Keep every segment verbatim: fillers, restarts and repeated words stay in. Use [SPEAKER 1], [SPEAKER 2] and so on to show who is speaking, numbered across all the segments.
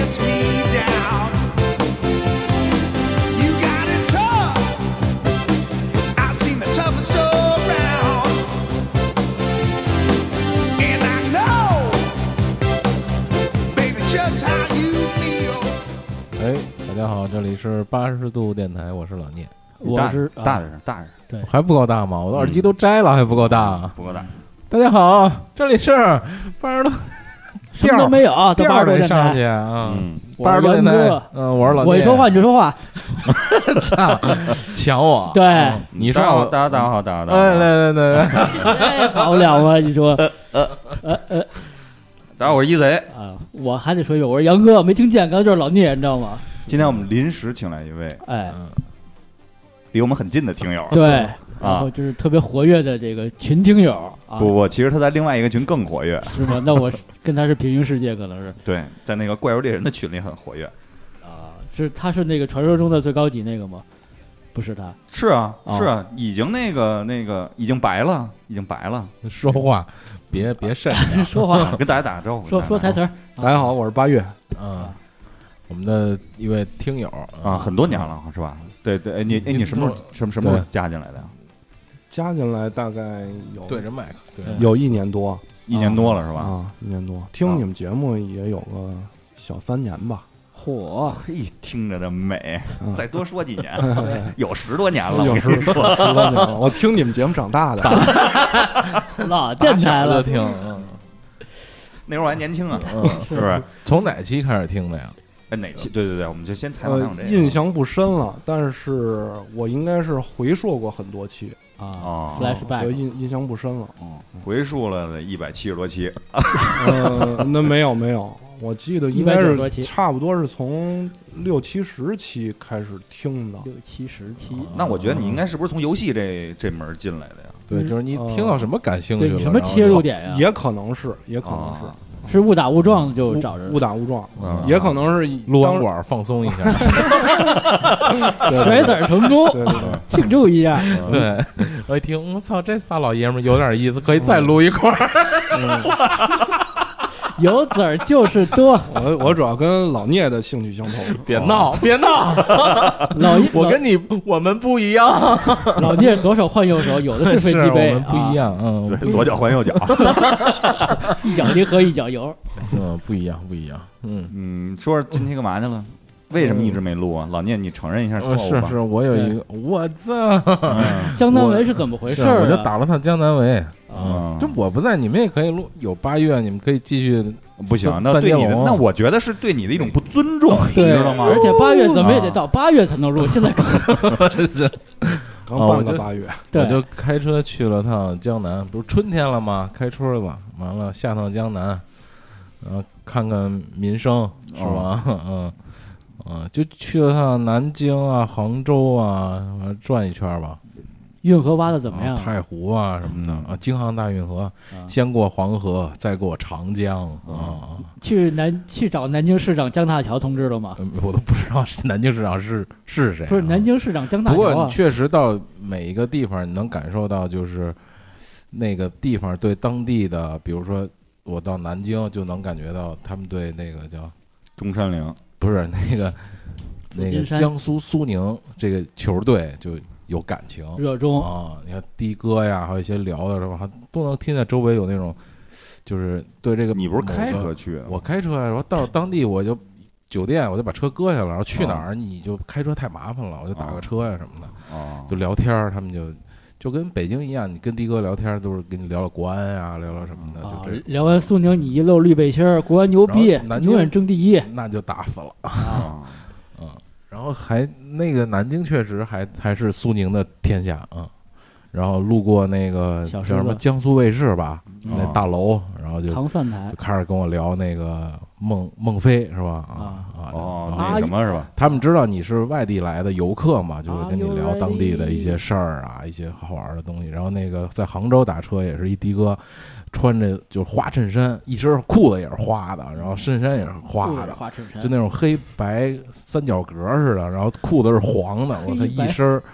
[SPEAKER 1] gets me down. You got it tough. I've seen the toughest around. And I know, baby, just how you feel.
[SPEAKER 2] 哎，大家好，这里是八十度电台，我是老聂。
[SPEAKER 3] 我是
[SPEAKER 4] 大点声，大点声，
[SPEAKER 3] 对，
[SPEAKER 2] 还不够大吗？我的耳机都摘了，还不够大？
[SPEAKER 4] 不够大。
[SPEAKER 2] 大家好，这里是八十度，
[SPEAKER 3] 什么都没有，到八十度电
[SPEAKER 2] 上去
[SPEAKER 3] 台。
[SPEAKER 2] 啊，
[SPEAKER 4] 嗯，
[SPEAKER 2] 八十度电台，嗯，我是老聂。
[SPEAKER 3] 我一说话你就说话，
[SPEAKER 2] 操，抢我。
[SPEAKER 3] 对，
[SPEAKER 2] 嗯你说我，
[SPEAKER 4] 大家大家好，大家好，
[SPEAKER 2] 哎，来来来来，
[SPEAKER 3] 哎，好不了吗？你说，呃呃呃，
[SPEAKER 4] 大家好，我是一贼
[SPEAKER 3] 啊，我还得说一句，我是杨哥，没听见，刚才就是老聂，你知道吗？
[SPEAKER 4] 今天我们临时请来一位，
[SPEAKER 3] 哎，
[SPEAKER 4] 离我们很近的听友，
[SPEAKER 3] 对，然后就是特别活跃的这个群听友啊，
[SPEAKER 4] 不不，其实他在另外一个群更活跃，
[SPEAKER 3] 是吗？那我跟他是平行世界，可能是
[SPEAKER 4] 对，在那个怪物猎人的群里很活跃
[SPEAKER 3] 啊，是他是那个传说中的最高级那个吗？不是他，
[SPEAKER 4] 是啊
[SPEAKER 3] 哦
[SPEAKER 4] 是啊，已经那个那个已经白了，已经白了，
[SPEAKER 2] 说话别别慎，
[SPEAKER 3] 说话
[SPEAKER 4] 跟大家打个招呼，
[SPEAKER 3] 说说台词儿。
[SPEAKER 5] 大家好，我是八月。
[SPEAKER 2] 啊，我们的一位听友
[SPEAKER 4] 啊，很多年了是吧？对对，哎你哎你什么时候什么什么时候加进来的呀？
[SPEAKER 5] 加进来大概有
[SPEAKER 2] 对着麦克，对，
[SPEAKER 5] 有一年多，
[SPEAKER 4] 一年多了是吧？
[SPEAKER 5] 啊，一年多，听你们节目也有个小三年吧。
[SPEAKER 3] 嚯，
[SPEAKER 4] 嘿，听着这美，
[SPEAKER 5] 嗯
[SPEAKER 4] 再多说几年，有十多年了，
[SPEAKER 5] 有十十多年了，我听你们节目长大的，
[SPEAKER 3] 老电台了，
[SPEAKER 2] 听，嗯，
[SPEAKER 4] 那时候我还年轻啊，
[SPEAKER 2] 嗯，
[SPEAKER 4] 是不是？
[SPEAKER 2] 从哪期开始听的呀？
[SPEAKER 4] 哎，哪期？对对对，我们就先采访采访这个。
[SPEAKER 5] 印象不深了，但是我应该是回溯过很多期
[SPEAKER 3] 啊 ，flashback，
[SPEAKER 5] 所以印印象不深了。
[SPEAKER 4] 嗯，回溯了一百七十多期。
[SPEAKER 5] 呃，那没有没有，我记得应该是
[SPEAKER 3] 一百九十多期
[SPEAKER 5] 差不多是从六七十期开始听的。
[SPEAKER 3] 六七十期，
[SPEAKER 4] 那我觉得你应该是不是从游戏这这门进来的呀？
[SPEAKER 2] 对，就是你听到什么感兴趣了，
[SPEAKER 3] 对，什么切入点呀？
[SPEAKER 5] 也可能是，也可能是。
[SPEAKER 3] 是误打误撞就找着
[SPEAKER 5] 误打误撞，
[SPEAKER 4] 嗯
[SPEAKER 5] 也可能是
[SPEAKER 2] 撸完管放松一下，
[SPEAKER 3] 甩子成功，
[SPEAKER 5] 对对对，
[SPEAKER 3] 庆祝一下。
[SPEAKER 2] 对，我一听，我操，这仨老爷们有点意思，可以再撸一块儿。
[SPEAKER 3] 有籽儿就是多。
[SPEAKER 5] 我我主要跟老聂的兴趣相投。
[SPEAKER 2] 别闹，别闹，
[SPEAKER 3] 老聂，
[SPEAKER 2] 我跟你我们不一样。
[SPEAKER 3] 老聂左手换右手，有的是飞机杯，
[SPEAKER 2] 我们不一样，嗯，
[SPEAKER 4] 对，左脚换右脚，
[SPEAKER 3] 一脚离合一脚油。
[SPEAKER 2] 嗯，不一样，不一样，嗯
[SPEAKER 4] 嗯，说说今天干嘛去了？为什么一直没录啊？老聂，你承认一下错误吧？
[SPEAKER 2] 是是，我有一个，我操，
[SPEAKER 3] 江南维是怎么回事儿？
[SPEAKER 2] 我就打了趟江南维。
[SPEAKER 4] 嗯，
[SPEAKER 2] 这我不在，你们也可以录。有八月，你们可以继续。
[SPEAKER 4] 不行，那对你的，那我觉得是对你的一种不尊重，你
[SPEAKER 3] 知
[SPEAKER 4] 道吗？
[SPEAKER 3] 而且八月怎么也得到八月才能录，现在刚
[SPEAKER 5] 刚半个八月，
[SPEAKER 2] 我就开车去了趟江南，不是春天了吗？开春了，完了下趟江南，然后看看民生，是吧？嗯嗯，就去了趟南京啊、杭州啊，转一圈吧。
[SPEAKER 3] 运河挖的怎么样？
[SPEAKER 2] 太湖啊什么的啊，京杭大运河，先过黄河，再过长江啊。
[SPEAKER 3] 去南去找南京市长江大桥同志了吗？
[SPEAKER 2] 我都不知道南京市长是是谁。
[SPEAKER 3] 不是南京市长江大桥。
[SPEAKER 2] 不过你确实到每一个地方，你能感受到就是那个地方对当地的，比如说我到南京就能感觉到他们对那个叫
[SPEAKER 4] 中山陵，
[SPEAKER 2] 不是那个那个江苏苏宁这个球队就。有感情，
[SPEAKER 3] 热衷
[SPEAKER 2] 啊！你看的哥呀，还有一些聊的什么，还都能听见周围有那种，就是对这个。
[SPEAKER 4] 你不是开车去？
[SPEAKER 2] 我开车呀，我到当地我就酒店，我就把车搁下了，然后去哪儿你就开车太麻烦了，我就打个车呀什么的，
[SPEAKER 4] 哦，
[SPEAKER 2] 就聊天，他们就就跟北京一样，你跟的哥聊天都是跟你聊聊国安呀，聊聊什么的，就这。
[SPEAKER 3] 聊完苏宁，你一露绿背心儿，国安牛逼，永远争第一，
[SPEAKER 2] 那就打死了
[SPEAKER 4] 啊！
[SPEAKER 2] 嗯。然后还那个南京确实还还是苏宁的天下啊、嗯，然后路过那个叫什么江苏卫视吧，
[SPEAKER 4] 嗯、
[SPEAKER 2] 那大楼，然后就
[SPEAKER 3] 糖蒜台
[SPEAKER 2] 就开始跟我聊那个孟孟非是吧？啊
[SPEAKER 4] 啊哦，那什么是吧？
[SPEAKER 2] 他们知道你是外地来的游客嘛，就会跟你聊当地的一些事儿啊，一些好玩的东西。然后那个在杭州打车也是一的哥。穿着就是花衬衫，一身裤子也是花的，然后衬衫也是花的，
[SPEAKER 3] 花衬衫
[SPEAKER 2] 就那种黑白三角格似的，然后裤子是黄的，我他一身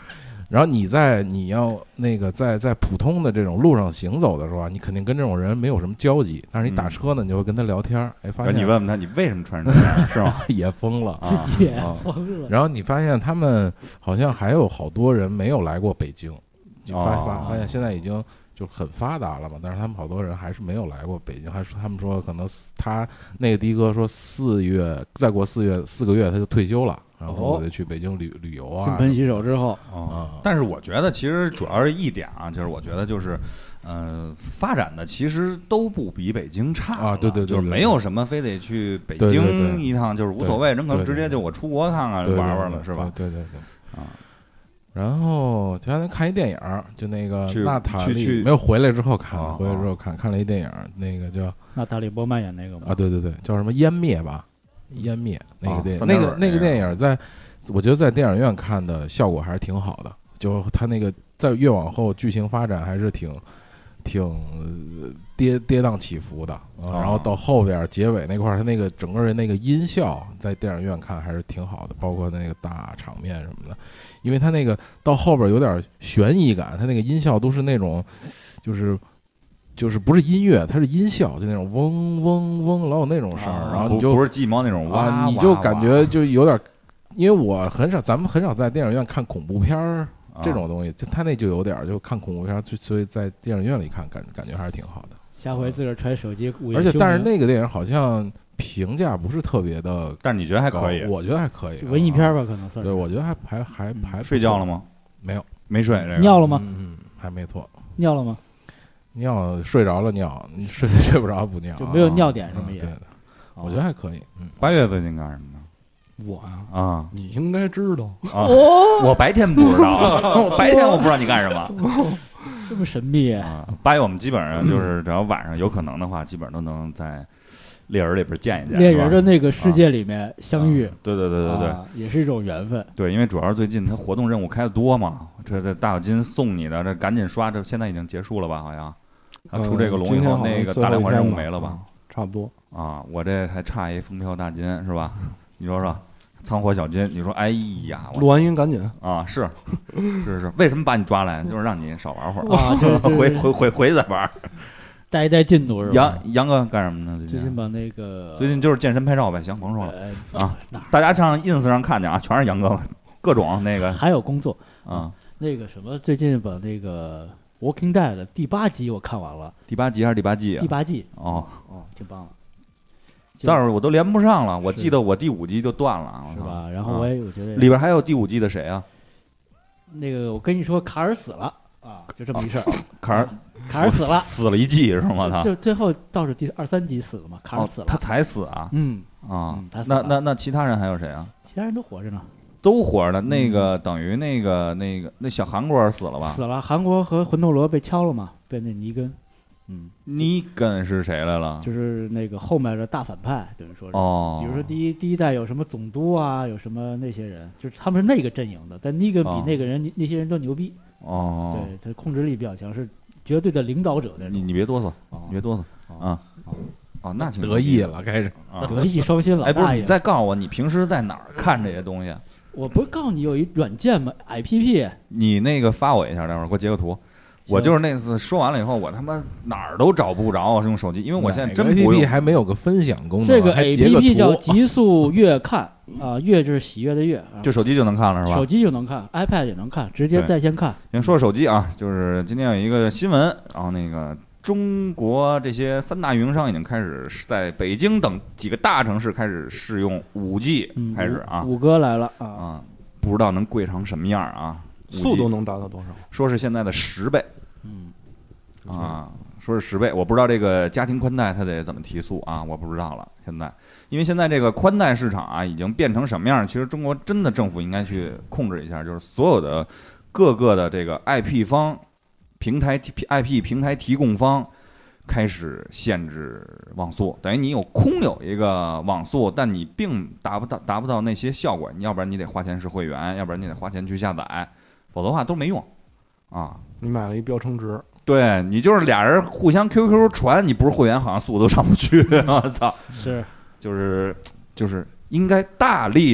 [SPEAKER 2] 然后你在你要那个在在普通的这种路上行走的时候啊，你肯定跟这种人没有什么交集，但是你打车呢，你就会跟他聊天，哎，发现
[SPEAKER 4] 你问问他你为什么穿成这样，是吗？
[SPEAKER 2] 也疯了
[SPEAKER 4] 啊，
[SPEAKER 3] 也疯了。
[SPEAKER 2] 然后你发现他们好像还有好多人没有来过北京，你发
[SPEAKER 4] 哦
[SPEAKER 2] 发发现现在已经就很发达了嘛，但是他们好多人还是没有来过北京，还说他们说可能他那个的哥说四月再过四月四个月他就退休了，然后我就去北京旅旅游啊。
[SPEAKER 3] 金盆洗手之后，
[SPEAKER 4] 哦，但是我觉得其实主要是一点啊，就是我觉得就是，呃，发展的其实都不比北京差
[SPEAKER 2] 啊，对对对，
[SPEAKER 4] 就是没有什么非得去北
[SPEAKER 2] 对对对
[SPEAKER 4] 京一趟，就是无所谓，人可能直接就我出国看看
[SPEAKER 2] 对对
[SPEAKER 4] 玩玩了，是吧？
[SPEAKER 2] 对对对对
[SPEAKER 4] 啊。
[SPEAKER 2] 然后前两天看一电影，就那个
[SPEAKER 4] 去
[SPEAKER 2] 娜塔莉
[SPEAKER 4] 去去
[SPEAKER 2] 没有回来之后看，
[SPEAKER 4] 哦
[SPEAKER 2] 回来之后看看了一电影，那个叫
[SPEAKER 3] 娜塔莉波曼演那个吗？
[SPEAKER 2] 啊，对对对，叫什么湮灭吧，湮灭那个电影，
[SPEAKER 4] 哦
[SPEAKER 2] 那个那个
[SPEAKER 4] 三点水
[SPEAKER 2] 电影在，我觉得在电影院看的效果还是挺好的，就它那个在越往后剧情发展还是挺挺呃跌跌宕起伏的，啊，然后到后边结尾那块儿，它那个整个人那个音效在电影院看还是挺好的，包括那个大场面什么的，因为它那个到后边有点悬疑感，它那个音效都是那种就是就是不是音乐，它是音效，就那种嗡嗡嗡，老有那种声儿，然后你就
[SPEAKER 4] 不是鸡毛那种哇，
[SPEAKER 2] 啊，你就感觉就有点，因为我很少，咱们很少在电影院看恐怖片儿。这种东西，就他那就有点，就看恐怖片，所以在电影院里看感感觉还是挺好的。
[SPEAKER 3] 下回自个儿揣手机，
[SPEAKER 2] 而且但是那个电影好像评价不是特别的，
[SPEAKER 4] 但是你觉得还可以？
[SPEAKER 2] 我觉得还可以，
[SPEAKER 3] 文艺片吧，可能算是。
[SPEAKER 2] 对，我觉得还还还还。
[SPEAKER 4] 睡觉了吗？
[SPEAKER 2] 没有，
[SPEAKER 4] 没睡。这个
[SPEAKER 3] 尿了吗？
[SPEAKER 2] 嗯，还没错。
[SPEAKER 3] 尿了吗？
[SPEAKER 2] 尿睡着了尿，你睡睡不着不尿，
[SPEAKER 3] 就没有尿点什么也。
[SPEAKER 2] 对的，我觉得还可以。嗯，
[SPEAKER 4] 八月最近干什么呢？
[SPEAKER 5] 我呀
[SPEAKER 4] 啊，
[SPEAKER 5] 你应该知道
[SPEAKER 4] 啊，我白天不知道，我白天我不知道你干什么，
[SPEAKER 3] 这么神秘
[SPEAKER 4] 啊！八月我们基本上就是只要晚上有可能的话，基本上都能在猎人里边见一见，
[SPEAKER 3] 猎人的那个世界里面相遇，
[SPEAKER 4] 对对对对对，
[SPEAKER 3] 也是一种缘分。
[SPEAKER 4] 对，因为主要是最近他活动任务开的多嘛，这这大小金送你的，这赶紧刷，这现在已经结束了吧？好像，啊，出这个龙以后，那个大量化任务没了吧？
[SPEAKER 5] 差不多
[SPEAKER 4] 啊，我这还差一风飘大金是吧？你说说。仓火小金，你说哎呀，
[SPEAKER 5] 录完音赶紧
[SPEAKER 4] 啊！是是是，为什么把你抓来？就是让你少玩会儿
[SPEAKER 3] 啊，
[SPEAKER 4] 回回回回再玩，
[SPEAKER 3] 带一带进度是吧？
[SPEAKER 4] 杨杨哥干什么呢？
[SPEAKER 3] 最近把那个
[SPEAKER 4] 最近就是健身拍照呗，行，甭说了啊！
[SPEAKER 3] 哪
[SPEAKER 4] 大家上 ins 上看见啊，全是杨哥，各种那个
[SPEAKER 3] 还有工作
[SPEAKER 4] 啊，
[SPEAKER 3] 那个什么，最近把那个 Walking Dead 的第八集我看完了，
[SPEAKER 4] 第八集还是第八季啊？
[SPEAKER 3] 第八季
[SPEAKER 4] 哦
[SPEAKER 3] 哦，挺棒的。
[SPEAKER 4] 但是我都连不上了，我记得我第五集就断了，
[SPEAKER 3] 是吧？然后我也我觉得
[SPEAKER 4] 里边还有第五季的谁啊？
[SPEAKER 3] 那个我跟你说，卡尔死了啊，就这么一事儿。
[SPEAKER 4] 卡尔
[SPEAKER 3] 卡尔死了，
[SPEAKER 4] 死了一季是吗？他
[SPEAKER 3] 就最后倒是第二三集死了嘛，卡尔死了，
[SPEAKER 4] 他才死啊？
[SPEAKER 3] 嗯
[SPEAKER 4] 啊，那那那其他人还有谁啊？
[SPEAKER 3] 其他人都活着呢，
[SPEAKER 4] 都活着。那个等于那个那个那小韩国人死了吧？
[SPEAKER 3] 死了，韩国和魂斗罗被敲了嘛，被那尼根。嗯，
[SPEAKER 4] 尼根是谁来了？
[SPEAKER 3] 就是那个后面的大反派，等于说是。
[SPEAKER 4] 哦。
[SPEAKER 3] 比如说第一第一代有什么总督啊，有什么那些人，就是他们是那个阵营的，但尼根比那个人、哦、那些人都牛逼。
[SPEAKER 4] 哦。
[SPEAKER 3] 对，他控制力比较强，是绝对的领导者那种。
[SPEAKER 4] 你你别哆嗦，
[SPEAKER 3] 哦、
[SPEAKER 4] 你别哆嗦啊。哦, 哦，那挺
[SPEAKER 2] 得意了，开始、
[SPEAKER 4] 啊、
[SPEAKER 3] 德艺双馨了。
[SPEAKER 4] 哎，不是，你再告诉我，你平时在哪儿看这些东西？
[SPEAKER 3] 我不是告诉你有一软件吗 ？I P P。
[SPEAKER 4] 你那个发我一下，待会儿给我截个图。我就是那次说完了以后，我他妈哪儿都找不着，我是用手机，因为我现在真不用。
[SPEAKER 2] A P P 还没有个分享功能。
[SPEAKER 3] 这个 A P P 叫极速阅看啊，阅就是喜悦的阅，
[SPEAKER 4] 就手机就能看了是吧？
[SPEAKER 3] 手机就能看 ，iPad 也能看，直接在线看。
[SPEAKER 4] 先说手机啊，就是今天有一个新闻，然后那个中国这些三大运营商已经开始在北京等几个大城市开始试用五 G， 开始啊，
[SPEAKER 3] 五哥来了啊，
[SPEAKER 4] 啊，不知道能贵成什么样啊？
[SPEAKER 5] 速度能达到多少？
[SPEAKER 4] 说是现在的十倍，
[SPEAKER 3] 嗯，
[SPEAKER 4] 啊，说是十倍，我不知道这个家庭宽带它得怎么提速啊，我不知道了。现在，因为现在这个宽带市场啊，已经变成什么样？其实中国真的政府应该去控制一下，就是所有的各个的这个 I P 方、平台 I P 平台提供方开始限制网速，等于你有空有一个网速，但你并达不到达不到那些效果，你要不然你得花钱是会员，要不然你得花钱去下载。否则的话都没用，啊！
[SPEAKER 5] 你买了一标称值，
[SPEAKER 4] 对你就是俩人互相 Q Q 传，你不是会员，好像速度都上不去。我操！
[SPEAKER 3] 是，
[SPEAKER 4] 就是就是应该大力的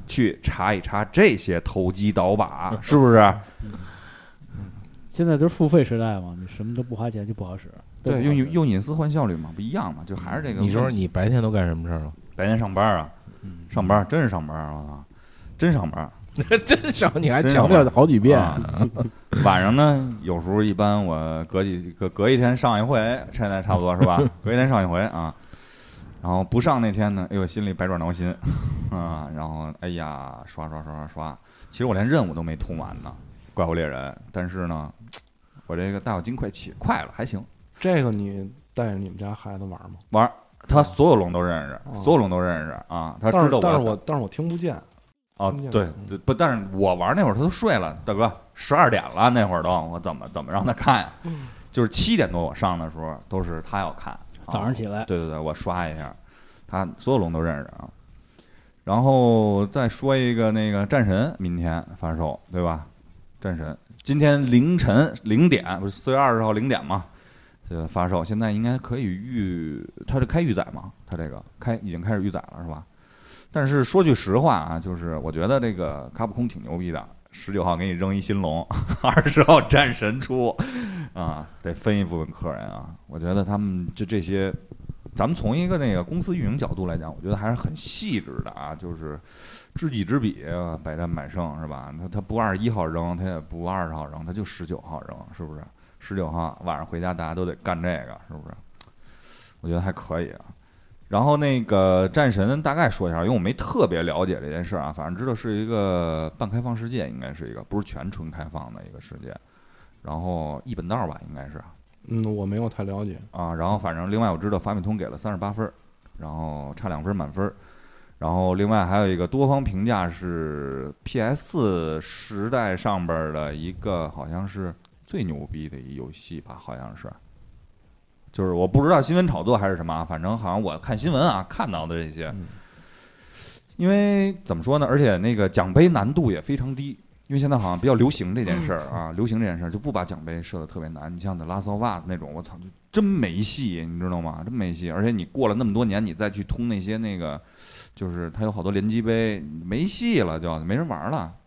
[SPEAKER 4] 去查一查这些投机倒把，是不是？
[SPEAKER 3] 现在都是付费时代嘛，你什么都不花钱就不好使。
[SPEAKER 4] 对，用用隐私换效率嘛，不一样嘛，就还是这个。
[SPEAKER 2] 你说说你白天都干什么事儿了？
[SPEAKER 4] 白天上班啊，上班真是上班啊，真上班。
[SPEAKER 2] 真上，你还强调好几遍。
[SPEAKER 4] 啊、晚上呢，有时候一般我隔几隔隔一天上一回，现在差不多是吧？隔一天上一回啊。然后不上那天呢，哎呦，心里百爪挠心啊。然后哎呀，刷刷刷刷刷，其实我连任务都没通完呢，怪物猎人。但是呢，我这个大小金快起快了，还行。
[SPEAKER 5] 这个你带着你们家孩子玩吗？
[SPEAKER 4] 玩，他所有龙都认识，
[SPEAKER 5] 哦、
[SPEAKER 4] 所有龙都认识啊。他知道我，
[SPEAKER 5] 但是我但是我听不见。
[SPEAKER 4] 哦，对对不，但是我玩那会儿他都睡了，大哥，十二点了那会儿都，我怎么怎么让他看呀？就是七点多我上的时候都是他要看，
[SPEAKER 3] 早上起来，
[SPEAKER 4] 对对对，我刷一下，他所有龙都认识啊。然后再说一个那个战神，明天发售，对吧？战神今天凌晨零点，不是四月二十号零点嘛？呃，发售，现在应该可以预，它是开预载嘛？它这个开已经开始预载了，是吧？但是说句实话啊，就是我觉得这个卡普空挺牛逼的，十九号给你扔一新龙，二十号战神出，啊，得分一部分客人啊。我觉得他们就这些，咱们从一个那个公司运营角度来讲，我觉得还是很细致的啊，就是知己知彼，百战百胜是吧？他他不二十一号扔，他也不二十号扔，他就十九号扔，是不是？十九号晚上回家大家都得干这个，是不是？我觉得还可以啊。然后那个战神大概说一下，因为我没特别了解这件事啊，反正知道是一个半开放世界，应该是一个不是全纯开放的一个世界。然后一本道吧，应该是。
[SPEAKER 5] 嗯，我没有太了解
[SPEAKER 4] 啊。然后反正另外我知道法米通给了三十八分，然后差两分满分。然后另外还有一个多方评价是 P S 时代上边的一个好像是最牛逼的一游戏吧，好像是。就是我不知道新闻炒作还是什么，反正好像我看新闻啊看到的这些，因为怎么说呢，而且那个奖杯难度也非常低，因为现在好像比较流行这件事儿啊，流行这件事儿就不把奖杯设的特别难。你像The Last of Us那种，我操，就真没戏，你知道吗？真没戏。而且你过了那么多年，你再去通那些那个，就是它有好多联机杯，没戏了，就没人玩了。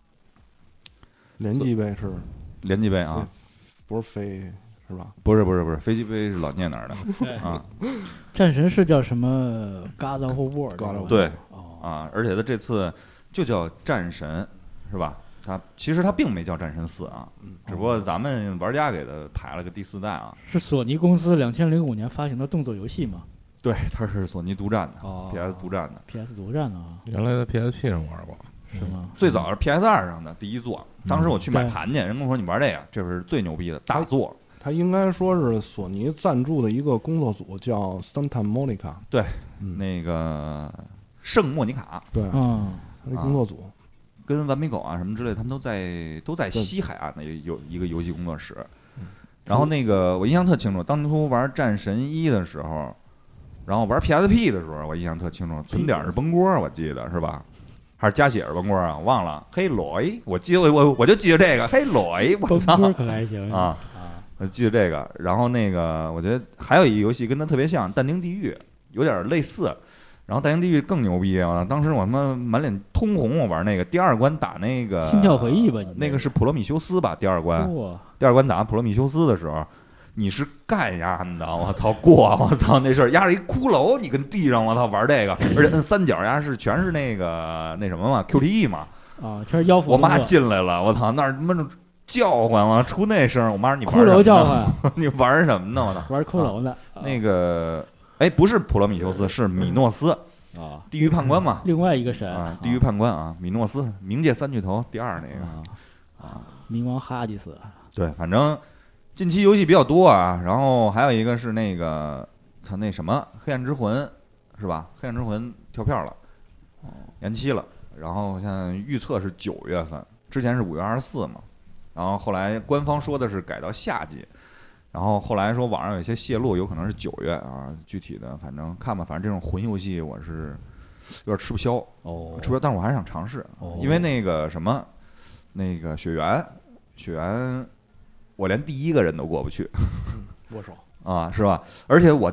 [SPEAKER 5] 联机杯是
[SPEAKER 4] 联机杯啊，
[SPEAKER 5] 不是飞。是吧？
[SPEAKER 4] 不是不是不是，飞机杯是老聂那儿的啊。
[SPEAKER 3] 战神是叫什么 God of War？
[SPEAKER 4] 对啊，而且他这次就叫战神，是吧？他其实他并没叫战神四啊，只不过咱们玩家给他排了个第四代啊。
[SPEAKER 3] 是索尼公司两千零五年发行的动作游戏吗？
[SPEAKER 4] 对，它是索尼独占的、
[SPEAKER 3] 哦、
[SPEAKER 4] ，P S 独占的
[SPEAKER 3] ，P S 独占的啊。
[SPEAKER 2] 原来在 P S P 上玩过，
[SPEAKER 3] 是吗？
[SPEAKER 4] 最早是 P S 二上的第一座，当时我去买盘去，人跟我说你玩这个，这是最牛逼的大作。
[SPEAKER 5] 它应该说是索尼赞助的一个工作组，叫 Santa Monica。
[SPEAKER 4] 对，嗯、那个圣莫妮卡。
[SPEAKER 5] 对，
[SPEAKER 3] 嗯，
[SPEAKER 5] 那工作组、
[SPEAKER 4] 啊、跟顽皮狗啊什么之类的，他们都在都在西海岸的有一个游戏工作室。然后那个我印象特清楚，当初玩战神一的时候，然后玩 P S P 的时候，我印象特清楚，存点是崩锅，我记得是吧？还是加血是崩锅啊？我忘了。嘿罗，我记得我我我就记得这个嘿罗，我操，
[SPEAKER 3] 崩锅可还行
[SPEAKER 4] 啊。我记得这个，然后那个我觉得还有一个游戏跟它特别像，《但丁地狱》有点类似，然后《但丁地狱》更牛逼啊！当时我他妈满脸通红，我玩那个第二关打那个
[SPEAKER 3] 心跳回忆吧，
[SPEAKER 4] 那个是普罗米修斯吧？第二关，第二关打普罗米修斯的时候，你是干丫的，我操过，我操那事儿压着一骷髅，你跟地上我操玩这个，而且摁三角压是全是那个那什么嘛 Q T E 嘛
[SPEAKER 3] 啊，全是妖符。
[SPEAKER 4] 我妈进来了，我操那儿他妈叫唤啊，出那声！我妈说你玩
[SPEAKER 3] 骷髅叫唤，
[SPEAKER 4] 你玩什么呢？我操，
[SPEAKER 3] 玩骷髅呢？
[SPEAKER 4] 啊、那个，哎，不是普罗米修斯，是米诺斯
[SPEAKER 3] 啊，
[SPEAKER 4] 地狱判官嘛。
[SPEAKER 3] 另外一个神
[SPEAKER 4] 啊，地狱判官啊，米诺斯，冥界三巨头第二那个
[SPEAKER 3] 啊，冥王哈迪斯。
[SPEAKER 4] 对，反正近期游戏比较多啊，然后还有一个是那个，操那什么黑暗之魂是吧？黑暗之魂跳票了，延期了，然后现在预测是九月份。之前是五月二十四嘛，然后后来官方说的是改到夏季，然后后来说网上有一些泄露，有可能是九月啊，具体的反正看吧，反正这种魂游戏我是有点吃不消
[SPEAKER 3] 哦，
[SPEAKER 4] 吃不消，但是我还是想尝试，
[SPEAKER 3] 哦、
[SPEAKER 4] 因为那个什么，那个雪原，雪原，我连第一个人都过不去，
[SPEAKER 5] 握手
[SPEAKER 4] 啊，是吧？而且我就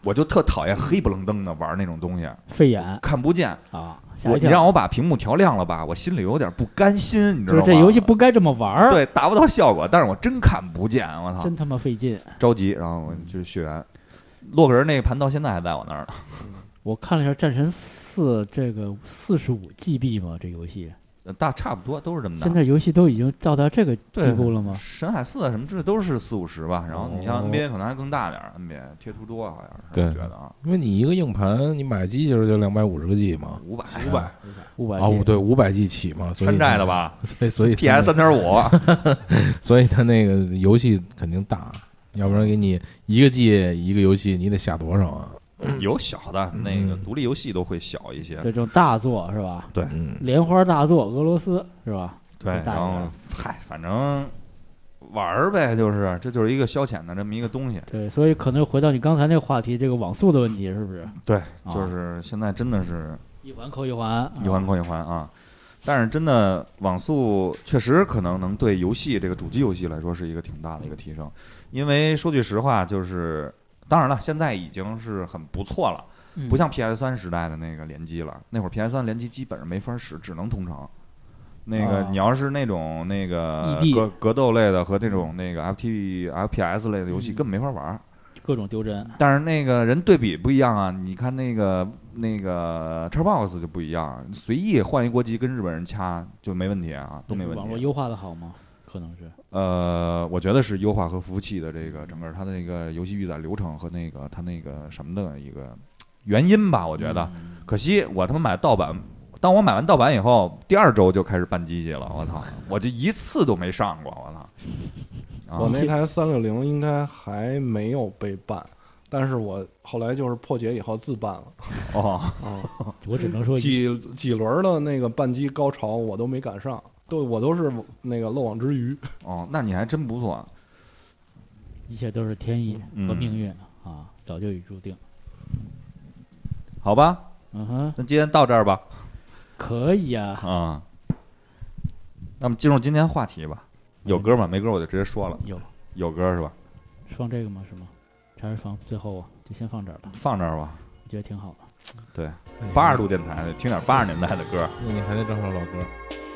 [SPEAKER 4] 我就特讨厌黑不愣登的玩那种东西，
[SPEAKER 3] 费眼
[SPEAKER 4] 看不见
[SPEAKER 3] 啊，吓
[SPEAKER 4] 我你
[SPEAKER 3] 一跳
[SPEAKER 4] 让我把屏幕调亮了吧，我心里有点不甘心，你知道吗？
[SPEAKER 3] 就是这游戏不该这么玩儿，
[SPEAKER 4] 对，达不到效果，但是我真看不见，我操，
[SPEAKER 3] 真他妈费劲。
[SPEAKER 4] 着急，然后我就是血缘，洛克人那个盘到现在还在我那儿呢。
[SPEAKER 3] 我看了一下《战神四》，这个四十五 G B 吗？这游戏
[SPEAKER 4] 大差不多都是这么大。
[SPEAKER 3] 现在游戏都已经到达这个地步了吗？
[SPEAKER 4] 神海四啊什么之类都是四五十吧，然后你像
[SPEAKER 2] 哦
[SPEAKER 4] N B A 可能还更大点儿，N B A 贴图多好像是，
[SPEAKER 2] 对
[SPEAKER 4] 我觉得啊，
[SPEAKER 2] 因为你一个硬盘，你买机就是就两百五十个 G 嘛，
[SPEAKER 4] 五百
[SPEAKER 5] 五百
[SPEAKER 3] 五百
[SPEAKER 2] 啊，五对五百 G 起嘛，所以
[SPEAKER 4] 山寨的吧
[SPEAKER 2] 所以所以
[SPEAKER 4] ，P S 三点五，
[SPEAKER 2] 所以它那个游戏肯定大，要不然给你一个 G 一个游戏，你得下多少啊？
[SPEAKER 4] 有小的那个独立游戏都会小一些，
[SPEAKER 3] 这种大作是吧？
[SPEAKER 4] 对，
[SPEAKER 2] 嗯，
[SPEAKER 3] 莲花大作，俄罗斯是吧？
[SPEAKER 4] 对，
[SPEAKER 3] 大一点
[SPEAKER 4] 然后嗨，反正玩儿呗，就是这就是一个消遣的这么一个东西。
[SPEAKER 3] 对，所以可能回到你刚才那个话题，这个网速的问题是不是？
[SPEAKER 4] 对，
[SPEAKER 3] 啊
[SPEAKER 4] 就是现在真的是
[SPEAKER 3] 一环扣一环，
[SPEAKER 4] 一环扣一环啊。但是真的网速确实可能能对游戏这个主机游戏来说是一个挺大的一个提升，因为说句实话，就是当然了，现在已经是很不错了，
[SPEAKER 3] 嗯
[SPEAKER 4] 不像 P S 三时代的那个联机了。那会儿 P S 三联机基本上没法使，只能同城。那个
[SPEAKER 3] 啊
[SPEAKER 4] 你要是那种那个
[SPEAKER 3] E D
[SPEAKER 4] 格格斗类的和那种那个 F T F P S 类的游戏
[SPEAKER 3] 嗯
[SPEAKER 4] 根本没法玩。
[SPEAKER 3] 各种丢帧。
[SPEAKER 4] 但是那个人对比不一样啊，你看那个那个 Xbox 就不一样，随意换一国籍跟日本人掐就没问题啊，都没问题。
[SPEAKER 3] 网络优化的好吗？可能是。
[SPEAKER 4] 呃，我觉得是优化和服务器的这个整个它的那个游戏预载流程和那个它那个什么的一个原因吧，我觉得。
[SPEAKER 3] 嗯
[SPEAKER 4] 可惜我他妈买盗版，当我买完盗版以后，第二周就开始办机器了，我操，我就一次都没上过，我操。啊
[SPEAKER 5] 我那台三六零应该还没有被办，但是我后来就是破解以后自办了。
[SPEAKER 4] 哦，
[SPEAKER 5] 啊，
[SPEAKER 3] 我只能说一
[SPEAKER 5] 几几轮的那个办机高潮我都没赶上，都我都是那个漏网之鱼。
[SPEAKER 4] 哦，那你还真不错。
[SPEAKER 3] 一切都是天意
[SPEAKER 4] 嗯
[SPEAKER 3] 和命运啊，早就已注定。
[SPEAKER 4] 好吧，
[SPEAKER 3] 嗯哼，
[SPEAKER 4] 那今天到这儿吧。
[SPEAKER 3] 可以呀。
[SPEAKER 4] 啊、那么进入今天话题吧。有歌吗？没歌我就直接说了。
[SPEAKER 3] 有
[SPEAKER 4] 有歌是吧？
[SPEAKER 3] 放这个吗？是吗？还是放最后啊？就先放这儿吧，
[SPEAKER 4] 放这儿吧。
[SPEAKER 3] 我觉得挺好的。
[SPEAKER 4] 对，八十度电台听点八十年代的歌，
[SPEAKER 2] 那你还得整首老歌。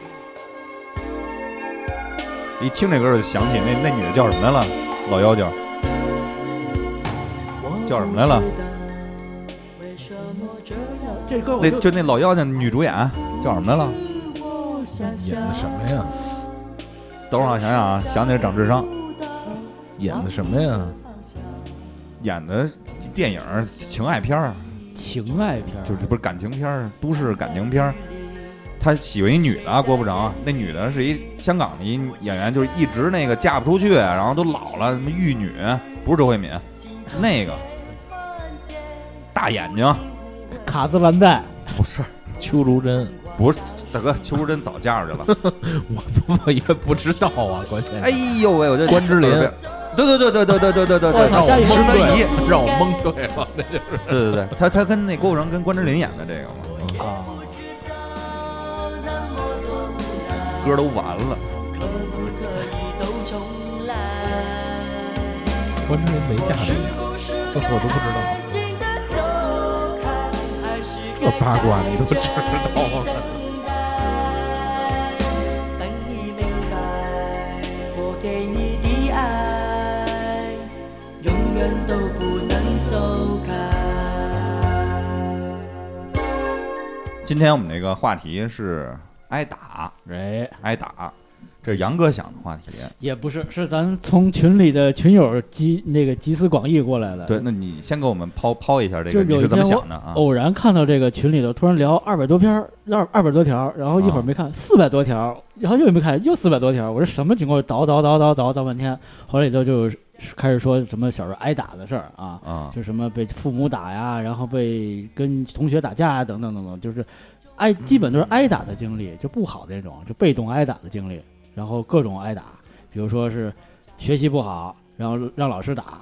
[SPEAKER 4] 一听这歌就想起那那女的叫什么来了，老妖精叫什么来了？
[SPEAKER 3] 这歌我就
[SPEAKER 4] 那就那老妖精女主演叫什么来了？
[SPEAKER 2] 演的什么呀？
[SPEAKER 4] 等会儿我想想啊，想起来长智商，
[SPEAKER 2] 演的什么呀？
[SPEAKER 4] 演的电影情爱片儿，
[SPEAKER 3] 情爱片儿，
[SPEAKER 4] 就是不是感情片儿，都市感情片儿。他喜欢一女的，郭富城，那女的是一香港的一演员，就是一直那个嫁不出去，然后都老了，什么玉女，不是周慧敏，是那个大眼睛，
[SPEAKER 3] 卡姿兰黛，
[SPEAKER 4] 不是
[SPEAKER 2] 邱淑贞，
[SPEAKER 4] 不是大哥，邱淑贞早嫁出去了。
[SPEAKER 2] 我也不知道啊，关键
[SPEAKER 4] 哎呦喂，我这
[SPEAKER 2] 关之琳，
[SPEAKER 4] 对对对对对对对对对对，
[SPEAKER 3] 我操下一
[SPEAKER 4] 十三姨，
[SPEAKER 2] 让我蒙对了，那就是
[SPEAKER 4] 对对对，他他跟那郭富城跟关之琳演的这个嘛，
[SPEAKER 3] 啊，
[SPEAKER 4] 歌都完了。
[SPEAKER 2] 关之琳没嫁人呀，这我都不知道。这八卦你都知道了。
[SPEAKER 6] 等你明白，我给你的爱，永远都不能走开。
[SPEAKER 4] 今天我们这个话题是挨打，
[SPEAKER 3] 哎，
[SPEAKER 4] 挨打，这是杨哥想的话题。
[SPEAKER 3] 也不是，是咱从群里的群友集那个集思广益过来的。
[SPEAKER 4] 对，那你先给我们抛抛一下这
[SPEAKER 3] 就
[SPEAKER 4] 个，你是怎么
[SPEAKER 3] 有一天我
[SPEAKER 4] 想的啊？
[SPEAKER 3] 偶然看到这个群里头，突然聊二百多篇儿，二二百多条，然后一会儿没看四百多条，然后又没看又四百多条，我说什么情况？倒倒倒倒倒倒半天，后来里头就开始说什么小时候挨打的事儿啊，
[SPEAKER 4] 啊，
[SPEAKER 3] 就什么被父母打呀，然后被跟同学打架呀，等等等等，就是挨基本都是挨打的经历，就不好的那种，就被动挨打的经历，然后各种挨打，比如说是学习不好，然后让老师打，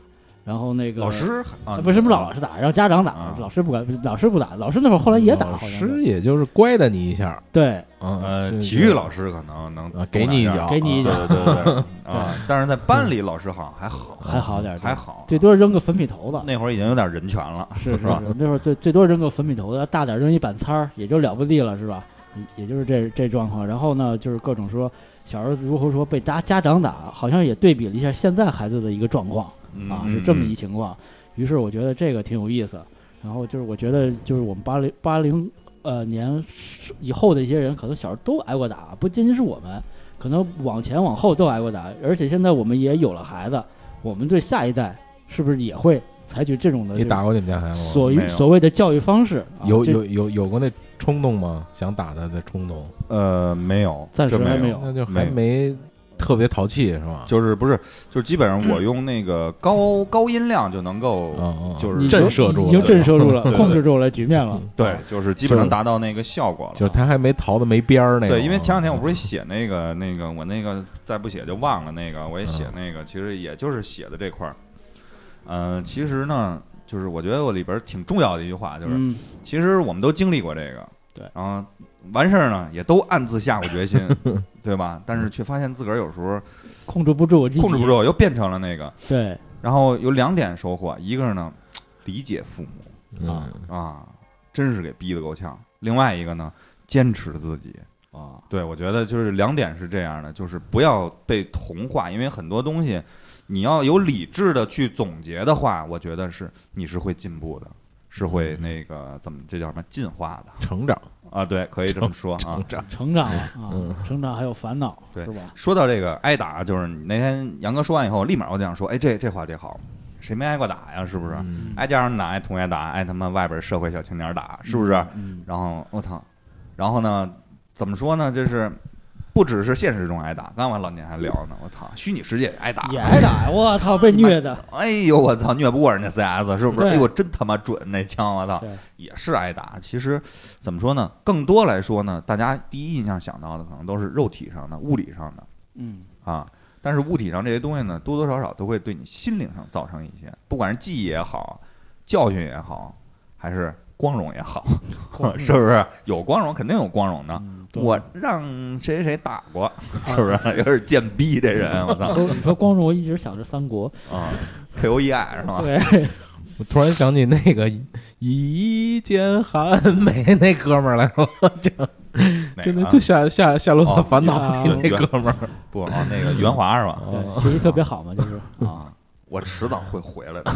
[SPEAKER 3] 然后那个
[SPEAKER 4] 老师啊，
[SPEAKER 3] 不是不老师打，让家长打，
[SPEAKER 4] 啊
[SPEAKER 3] 老师不敢，老师不打，老师那会儿后来也打，
[SPEAKER 2] 老
[SPEAKER 3] 好像
[SPEAKER 2] 师
[SPEAKER 3] 是
[SPEAKER 2] 也就是乖的你一下，
[SPEAKER 3] 对，
[SPEAKER 2] 嗯
[SPEAKER 4] 呃，
[SPEAKER 2] 这
[SPEAKER 4] 体育老师可能能
[SPEAKER 2] 啊给你一脚，
[SPEAKER 3] 给你一脚
[SPEAKER 2] 啊
[SPEAKER 4] 对对对啊，但是在班里老师好像还好，
[SPEAKER 3] 还好点儿，
[SPEAKER 4] 还好，
[SPEAKER 3] 最多扔个粉笔头子。
[SPEAKER 4] 那会儿已经有点人权了，
[SPEAKER 3] 是是
[SPEAKER 4] 吧？
[SPEAKER 3] 是，那会儿最最多扔个粉笔头子，大点儿扔一板擦儿，也就了不地了，是吧？也也就是这这状况。然后呢，就是各种说小时候如何说被家家长打，好像也对比了一下现在孩子的一个状况啊，
[SPEAKER 4] 嗯
[SPEAKER 3] 是这么一情况。于是我觉得这个挺有意思。然后就是我觉得就是我们八零八零呃年以后的一些人，可能小时候都挨过打，不仅仅是我们，可能往前往后都挨过打。而且现在我们也有了孩子，我们对下一代是不是也会采取这种的
[SPEAKER 2] 你打过你们家孩子吗？
[SPEAKER 3] 所
[SPEAKER 4] 没有
[SPEAKER 3] 所谓的教育方式？啊这
[SPEAKER 2] 有有有有过那冲动吗？想打他的冲动？
[SPEAKER 4] 呃，没有，
[SPEAKER 3] 暂时
[SPEAKER 4] 真没
[SPEAKER 3] 还没有
[SPEAKER 2] 那就还没特别淘气是吧？
[SPEAKER 4] 就是不是，就是基本上我用那个高高音量就能够，
[SPEAKER 2] 嗯嗯
[SPEAKER 4] 就是
[SPEAKER 3] 你
[SPEAKER 2] 震慑住了
[SPEAKER 3] 已经震慑住了
[SPEAKER 4] 对，对
[SPEAKER 3] 控制住了局面了。
[SPEAKER 4] 对，就是基本能达到那个效果了。
[SPEAKER 2] 就是他还没逃的没边儿那种。
[SPEAKER 4] 对，因为前两天我不是写那个那个我那个再不写就忘了那个，我也写那个，其实也就是写的这块儿。嗯，其实呢，就是我觉得我里边挺重要的一句话就是，
[SPEAKER 3] 嗯，
[SPEAKER 4] 其实我们都经历过这个，
[SPEAKER 3] 对，
[SPEAKER 4] 然后完事儿呢也都暗自下过决心，对吧？但是却发现自个儿有时候
[SPEAKER 3] 控制不住，
[SPEAKER 4] 控制不。住，又变成了那个。
[SPEAKER 3] 对，
[SPEAKER 4] 然后有两点收获，一个呢，理解父母
[SPEAKER 2] 嗯
[SPEAKER 4] 啊，真是给逼得够呛；另外一个呢，坚持自己。
[SPEAKER 3] 啊，
[SPEAKER 4] 对，我觉得就是两点是这样的，就是不要被同化，因为很多东西你要有理智的去总结的话，我觉得是你是会进步的，是会那个怎么这叫什么进化的
[SPEAKER 2] 成长
[SPEAKER 4] 啊？对，可以这么说啊
[SPEAKER 2] 成。长，
[SPEAKER 3] 成长了啊
[SPEAKER 2] 嗯，
[SPEAKER 3] 成长还有烦恼，
[SPEAKER 4] 对
[SPEAKER 3] 是吧？
[SPEAKER 4] 说到这个挨打，就是那天杨哥说完以后，立马我就想说，哎，这这话题好，谁没挨过打呀？是不是？
[SPEAKER 2] 嗯
[SPEAKER 4] 挨家长打，挨同学打，挨他妈外边社会小青年打，是不是？
[SPEAKER 3] 嗯，
[SPEAKER 4] 然后我操，然后呢，怎么说呢？就是不只是现实中挨打，刚完老年还聊呢，我操，虚拟世界也挨打，
[SPEAKER 3] 也挨打，我操，被虐的。
[SPEAKER 4] 哎呦我操，虐不过人家 C S 是不是？
[SPEAKER 3] 对
[SPEAKER 4] 哎呦真他妈准那枪，我操，
[SPEAKER 3] 对，
[SPEAKER 4] 也是挨打。其实怎么说呢？更多来说呢，大家第一印象想到的可能都是肉体上的、物理上的
[SPEAKER 3] 嗯，
[SPEAKER 4] 啊。但是物体上这些东西呢，多多少少都会对你心灵上造成一些，不管是记忆也好，教训也好，还是光荣也好，是不是？有光荣肯定有光荣的。
[SPEAKER 3] 嗯对
[SPEAKER 4] 我让谁谁谁打过，是不是？有点贱逼这人，我操
[SPEAKER 3] 说你说光荣，我一直想着三国，
[SPEAKER 4] 啊 ！K O E I 是吧？
[SPEAKER 3] 对，
[SPEAKER 2] 我突然想起那个一剑寒梅那哥们儿来了，就
[SPEAKER 4] 哪个啊
[SPEAKER 2] 真的就夏夏夏洛特烦恼
[SPEAKER 3] 哦
[SPEAKER 2] 里那哥们儿，
[SPEAKER 4] 不啊，那个袁华是吧？
[SPEAKER 3] 对，学习特别好嘛，就是啊，
[SPEAKER 4] 啊，我迟早会回来的。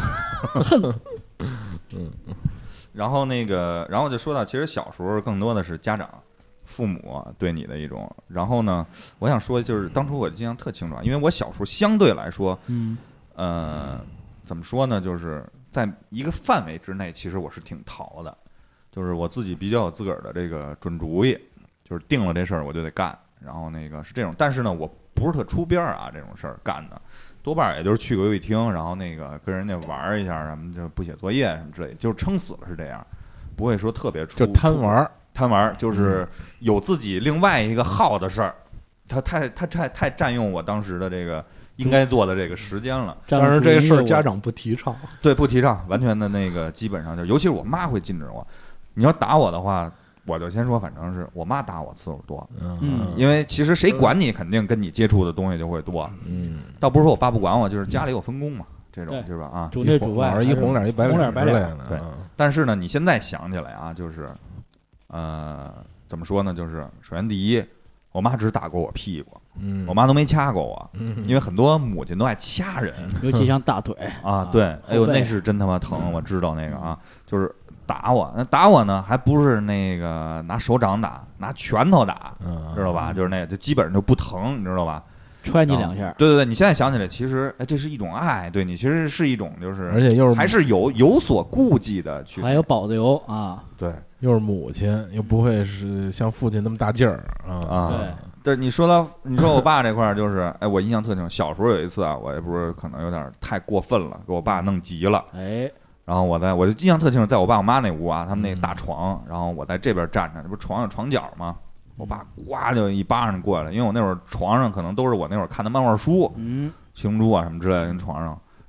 [SPEAKER 4] 嗯，然后那个，然后就说到，其实小时候更多的是家长、父母对你的一种。然后呢，我想说，就是当初我印象特清楚，因为我小时候相对来说，
[SPEAKER 3] 嗯
[SPEAKER 4] 呃，怎么说呢，就是在一个范围之内，其实我是挺淘的，就是我自己比较有自个儿的这个准主意，就是定了这事儿我就得干。然后那个是这种，但是呢，我不是特出边儿啊，这种事儿干的。多半也就是去个游戏厅，然后那个跟人家玩一下，什么就不写作业什么之类，就是撑死了是这样，不会说特别出
[SPEAKER 2] 就贪玩儿，
[SPEAKER 4] 贪玩就是有自己另外一个好的事儿，他太他太太占用我当时的这个应该做的这个时间了。
[SPEAKER 3] 但
[SPEAKER 5] 但是这事儿家长不提倡。
[SPEAKER 4] 对，不提倡，完全的那个基本上就，尤其是我妈会禁止我，你要打我的话。我就先说，反正是我妈打我次数多，
[SPEAKER 3] 嗯
[SPEAKER 4] 因为其实谁管你，肯定跟你接触的东西就会多。
[SPEAKER 2] 嗯，
[SPEAKER 4] 倒不是说我爸不管我，就是家里有分工嘛，这种
[SPEAKER 3] 对
[SPEAKER 4] 就是吧啊。
[SPEAKER 3] 主内主外，
[SPEAKER 2] 老是一红脸一白
[SPEAKER 3] 红脸白脸
[SPEAKER 2] 之类的，
[SPEAKER 4] 对
[SPEAKER 2] 嗯
[SPEAKER 4] 但是呢，你现在想起来啊，就是，呃，怎么说呢？就是首先第一，我妈只打过我屁股，
[SPEAKER 2] 嗯，
[SPEAKER 4] 我妈都没掐过我，
[SPEAKER 2] 嗯，
[SPEAKER 4] 因为很多母亲都爱掐人
[SPEAKER 3] 尤其像大腿
[SPEAKER 4] 啊。对，哎呦，
[SPEAKER 3] 后背
[SPEAKER 4] 那是真他妈疼，我知道那个啊，就是打我，那打我呢，还不是那个拿手掌打，拿拳头打，
[SPEAKER 2] 嗯
[SPEAKER 4] 知道吧？就是那个，就基本上就不疼，你知道吧？
[SPEAKER 3] 踹你两下，
[SPEAKER 4] 对对对，你现在想起来，其实哎，这是一种爱，对你其实是一种就是，
[SPEAKER 2] 而且又是
[SPEAKER 4] 还是有有所顾忌的去，
[SPEAKER 3] 还有保子油啊，
[SPEAKER 4] 对
[SPEAKER 2] 又是母亲，又不会是像父亲那么大劲儿啊
[SPEAKER 4] 啊。
[SPEAKER 3] 对，
[SPEAKER 4] 对，你说到你说我爸这块儿，就是哎，我印象特清楚。小时候有一次啊，我也不是可能有点太过分了，给我爸弄急了。
[SPEAKER 3] 哎，
[SPEAKER 4] 然后我在我就印象特清楚，在我爸我妈那屋啊，他们那大床，然后我在这边站着，这不是床有床角吗？我爸呱就一巴掌过来了，因为我那会儿床上可能都是我那会儿看的漫画书，
[SPEAKER 3] 嗯，
[SPEAKER 4] 七龙珠啊什么之类的，跟床上。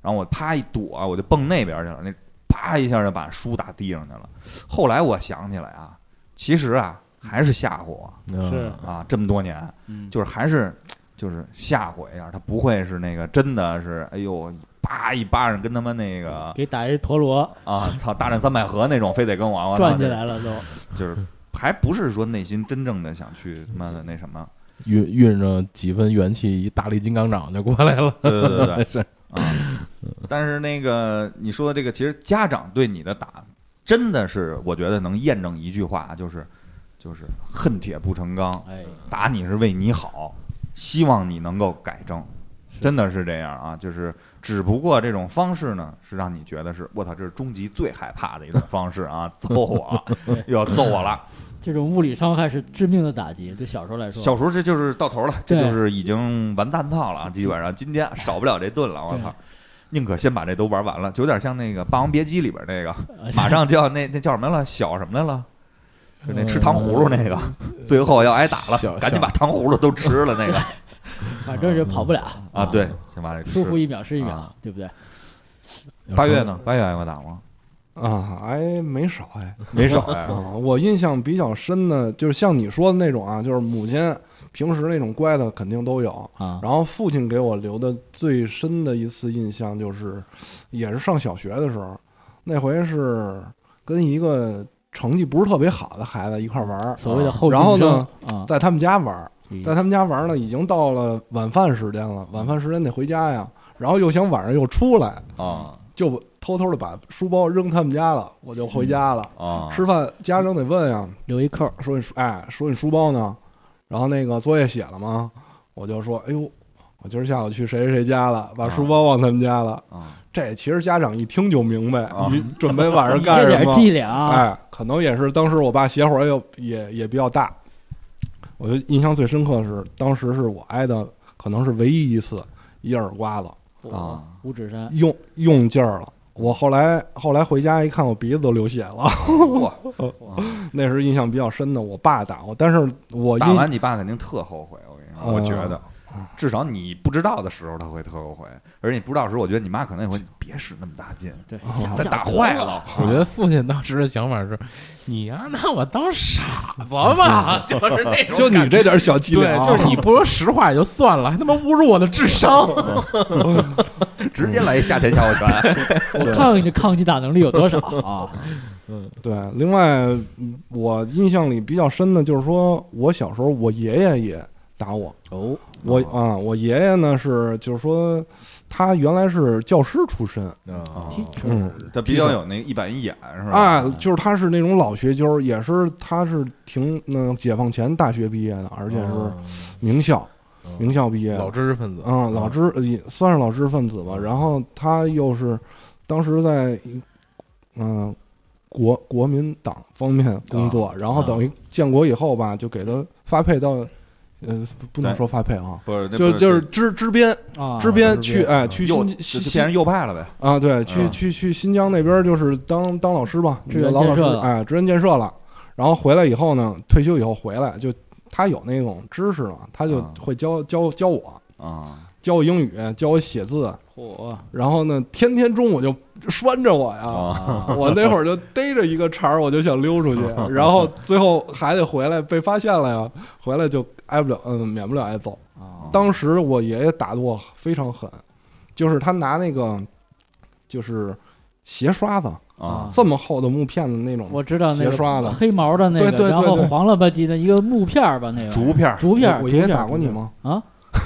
[SPEAKER 4] 然后我啪一躲，我就蹦那边去了，那啪一下就把书打地上去了。后来我想起来啊，其实啊还是吓唬我，
[SPEAKER 3] 是
[SPEAKER 4] 啊，这么多年，
[SPEAKER 3] 嗯
[SPEAKER 4] 就是还是就是吓唬一下，他不会是那个真的是，哎呦，啪一巴掌跟他们那个
[SPEAKER 3] 给打一陀螺
[SPEAKER 4] 啊，操，大战三百合那种，非得跟我
[SPEAKER 3] 转起来了都，
[SPEAKER 4] 就是还不是说内心真正的想去他妈的那什么，
[SPEAKER 2] 运运着几分元气，一大力金刚掌就过来了。
[SPEAKER 4] 对对对对，
[SPEAKER 2] 是
[SPEAKER 4] 啊，但是那个你说的这个，其实家长对你的打，真的是我觉得能验证一句话，就是就是恨铁不成钢，
[SPEAKER 3] 哎，
[SPEAKER 4] 打你是为你好，希望你能够改正，真的是这样啊，就是只不过这种方式呢，是让你觉得是我操，这是终极最害怕的一种方式啊，揍我，又要揍我了。
[SPEAKER 3] 这种物理伤害是致命的打击，对小时候来说，
[SPEAKER 4] 小时候这就是到头了，这
[SPEAKER 3] 对
[SPEAKER 4] 就是已经完蛋套了啊！基本上今天少不了这顿了，我操！宁可先把这都玩完了，就有点像那个《霸王别姬》里边那个，马上就要那那叫什么来了？小什么来了？就那吃糖葫芦那个，最后要挨打了，赶紧把糖葫芦都吃了那个。
[SPEAKER 3] 反正是跑不了
[SPEAKER 4] 啊！对，先把这
[SPEAKER 3] 舒服一秒是一秒，对不对？
[SPEAKER 4] 八月呢？八月挨过打吗？
[SPEAKER 5] 啊，哎，没少哎，
[SPEAKER 4] 没少哎、
[SPEAKER 5] 啊！我印象比较深的，就是像你说的那种啊，就是母亲平时那种乖的肯定都有
[SPEAKER 3] 啊。
[SPEAKER 5] 然后父亲给我留的最深的一次印象，就是也是上小学的时候，那回是跟一个成绩不是特别好的孩子一块玩儿，
[SPEAKER 3] 所谓的后
[SPEAKER 5] 然后呢，
[SPEAKER 3] 啊、
[SPEAKER 5] 在他们家玩儿，
[SPEAKER 3] 嗯、
[SPEAKER 5] 在他们家玩儿呢，已经到了晚饭时间了，晚饭时间得回家呀，然后又想晚上又出来
[SPEAKER 4] 啊。
[SPEAKER 5] 就偷偷的把书包扔他们家了，我就回家了。
[SPEAKER 4] 啊，
[SPEAKER 5] 吃饭家长得问呀，
[SPEAKER 3] 留一扣，
[SPEAKER 5] 说你哎，说你书包呢？然后那个作业写了吗？我就说，哎呦，我今儿下午去谁谁谁家了，把书包忘他们家了。
[SPEAKER 4] 啊，
[SPEAKER 5] 这其实家长一听就明白，你准备晚上干什么？
[SPEAKER 3] 这点伎俩，
[SPEAKER 5] 哎，可能也是当时我爸邪火也也也比较大。我就印象最深刻的是，当时是我挨的，可能是唯一一次一耳刮子
[SPEAKER 3] 啊，五指山
[SPEAKER 5] 用用劲儿了。我后来后来回家一看，我鼻子都流血了，那是印象比较深的。我爸打我，但是我
[SPEAKER 4] 打完你爸肯定特后悔，我跟你说，
[SPEAKER 5] 呃、
[SPEAKER 4] 我觉得。至少你不知道的时候他会特后悔，而且你不知道的时候，我觉得你妈可能也会别使那么大劲，
[SPEAKER 3] 对，
[SPEAKER 4] 再打坏了。
[SPEAKER 2] 我觉得父亲当时的想法是，你呀、啊、拿我当傻子嘛，就是那种，
[SPEAKER 5] 就你这点小伎俩，
[SPEAKER 2] 对，就是你不说实话也就算了，还他妈侮辱我的智商，
[SPEAKER 4] 直接来一下田下火拳，
[SPEAKER 3] 我看看你的抗击打能力有多少啊！
[SPEAKER 5] 嗯，对。另外，我印象里比较深的就是说，我小时候我爷爷也打我
[SPEAKER 3] 哦。
[SPEAKER 5] 我啊，我爷爷呢是，就是说，他原来是教师出身，
[SPEAKER 2] 啊，
[SPEAKER 5] 嗯，
[SPEAKER 4] 他比较有那一板一眼，是吧？
[SPEAKER 5] 啊，就是他是那种老学究，也是他是挺那解放前大学毕业的，而且是名校，名校毕业，
[SPEAKER 2] 老知识分子，
[SPEAKER 5] 嗯，老知也算是老知识分子吧。然后他又是当时在嗯国国民党方面工作，然后等于建国以后吧，就给他发配到。呃，不能说发配啊，
[SPEAKER 4] 不是，
[SPEAKER 5] 就就是支支边
[SPEAKER 3] 啊，
[SPEAKER 5] 支边去哎去
[SPEAKER 4] 右
[SPEAKER 5] 新
[SPEAKER 4] 就变成右派了呗
[SPEAKER 5] 啊，对，去去去新疆那边就是当当老师吧，
[SPEAKER 3] 支援
[SPEAKER 5] 老老师
[SPEAKER 3] 建设
[SPEAKER 5] 哎，支援建设了。然后回来以后呢，退休以后回来就他有那种知识了，他就会教教教我
[SPEAKER 4] 啊，
[SPEAKER 5] 教我英语，教我写字。
[SPEAKER 3] 嚯！
[SPEAKER 5] 然后呢，天天中午就拴着我呀，我那会儿就逮着一个茬儿，我就想溜出去，然后最后还得回来，被发现了呀，回来就挨不了，嗯，免不了挨揍。当时我爷爷打得我非常狠，就是他拿那个就是鞋刷子
[SPEAKER 4] 啊，
[SPEAKER 5] 这么厚的木片的那种，
[SPEAKER 3] 我知道那个
[SPEAKER 5] 鞋刷子，
[SPEAKER 3] 黑毛的那个，
[SPEAKER 5] 对对对，
[SPEAKER 3] 然后黄了吧唧的一个木片吧，那个
[SPEAKER 4] 竹片，
[SPEAKER 3] 竹片。
[SPEAKER 5] 我爷爷打过你吗？
[SPEAKER 3] 啊？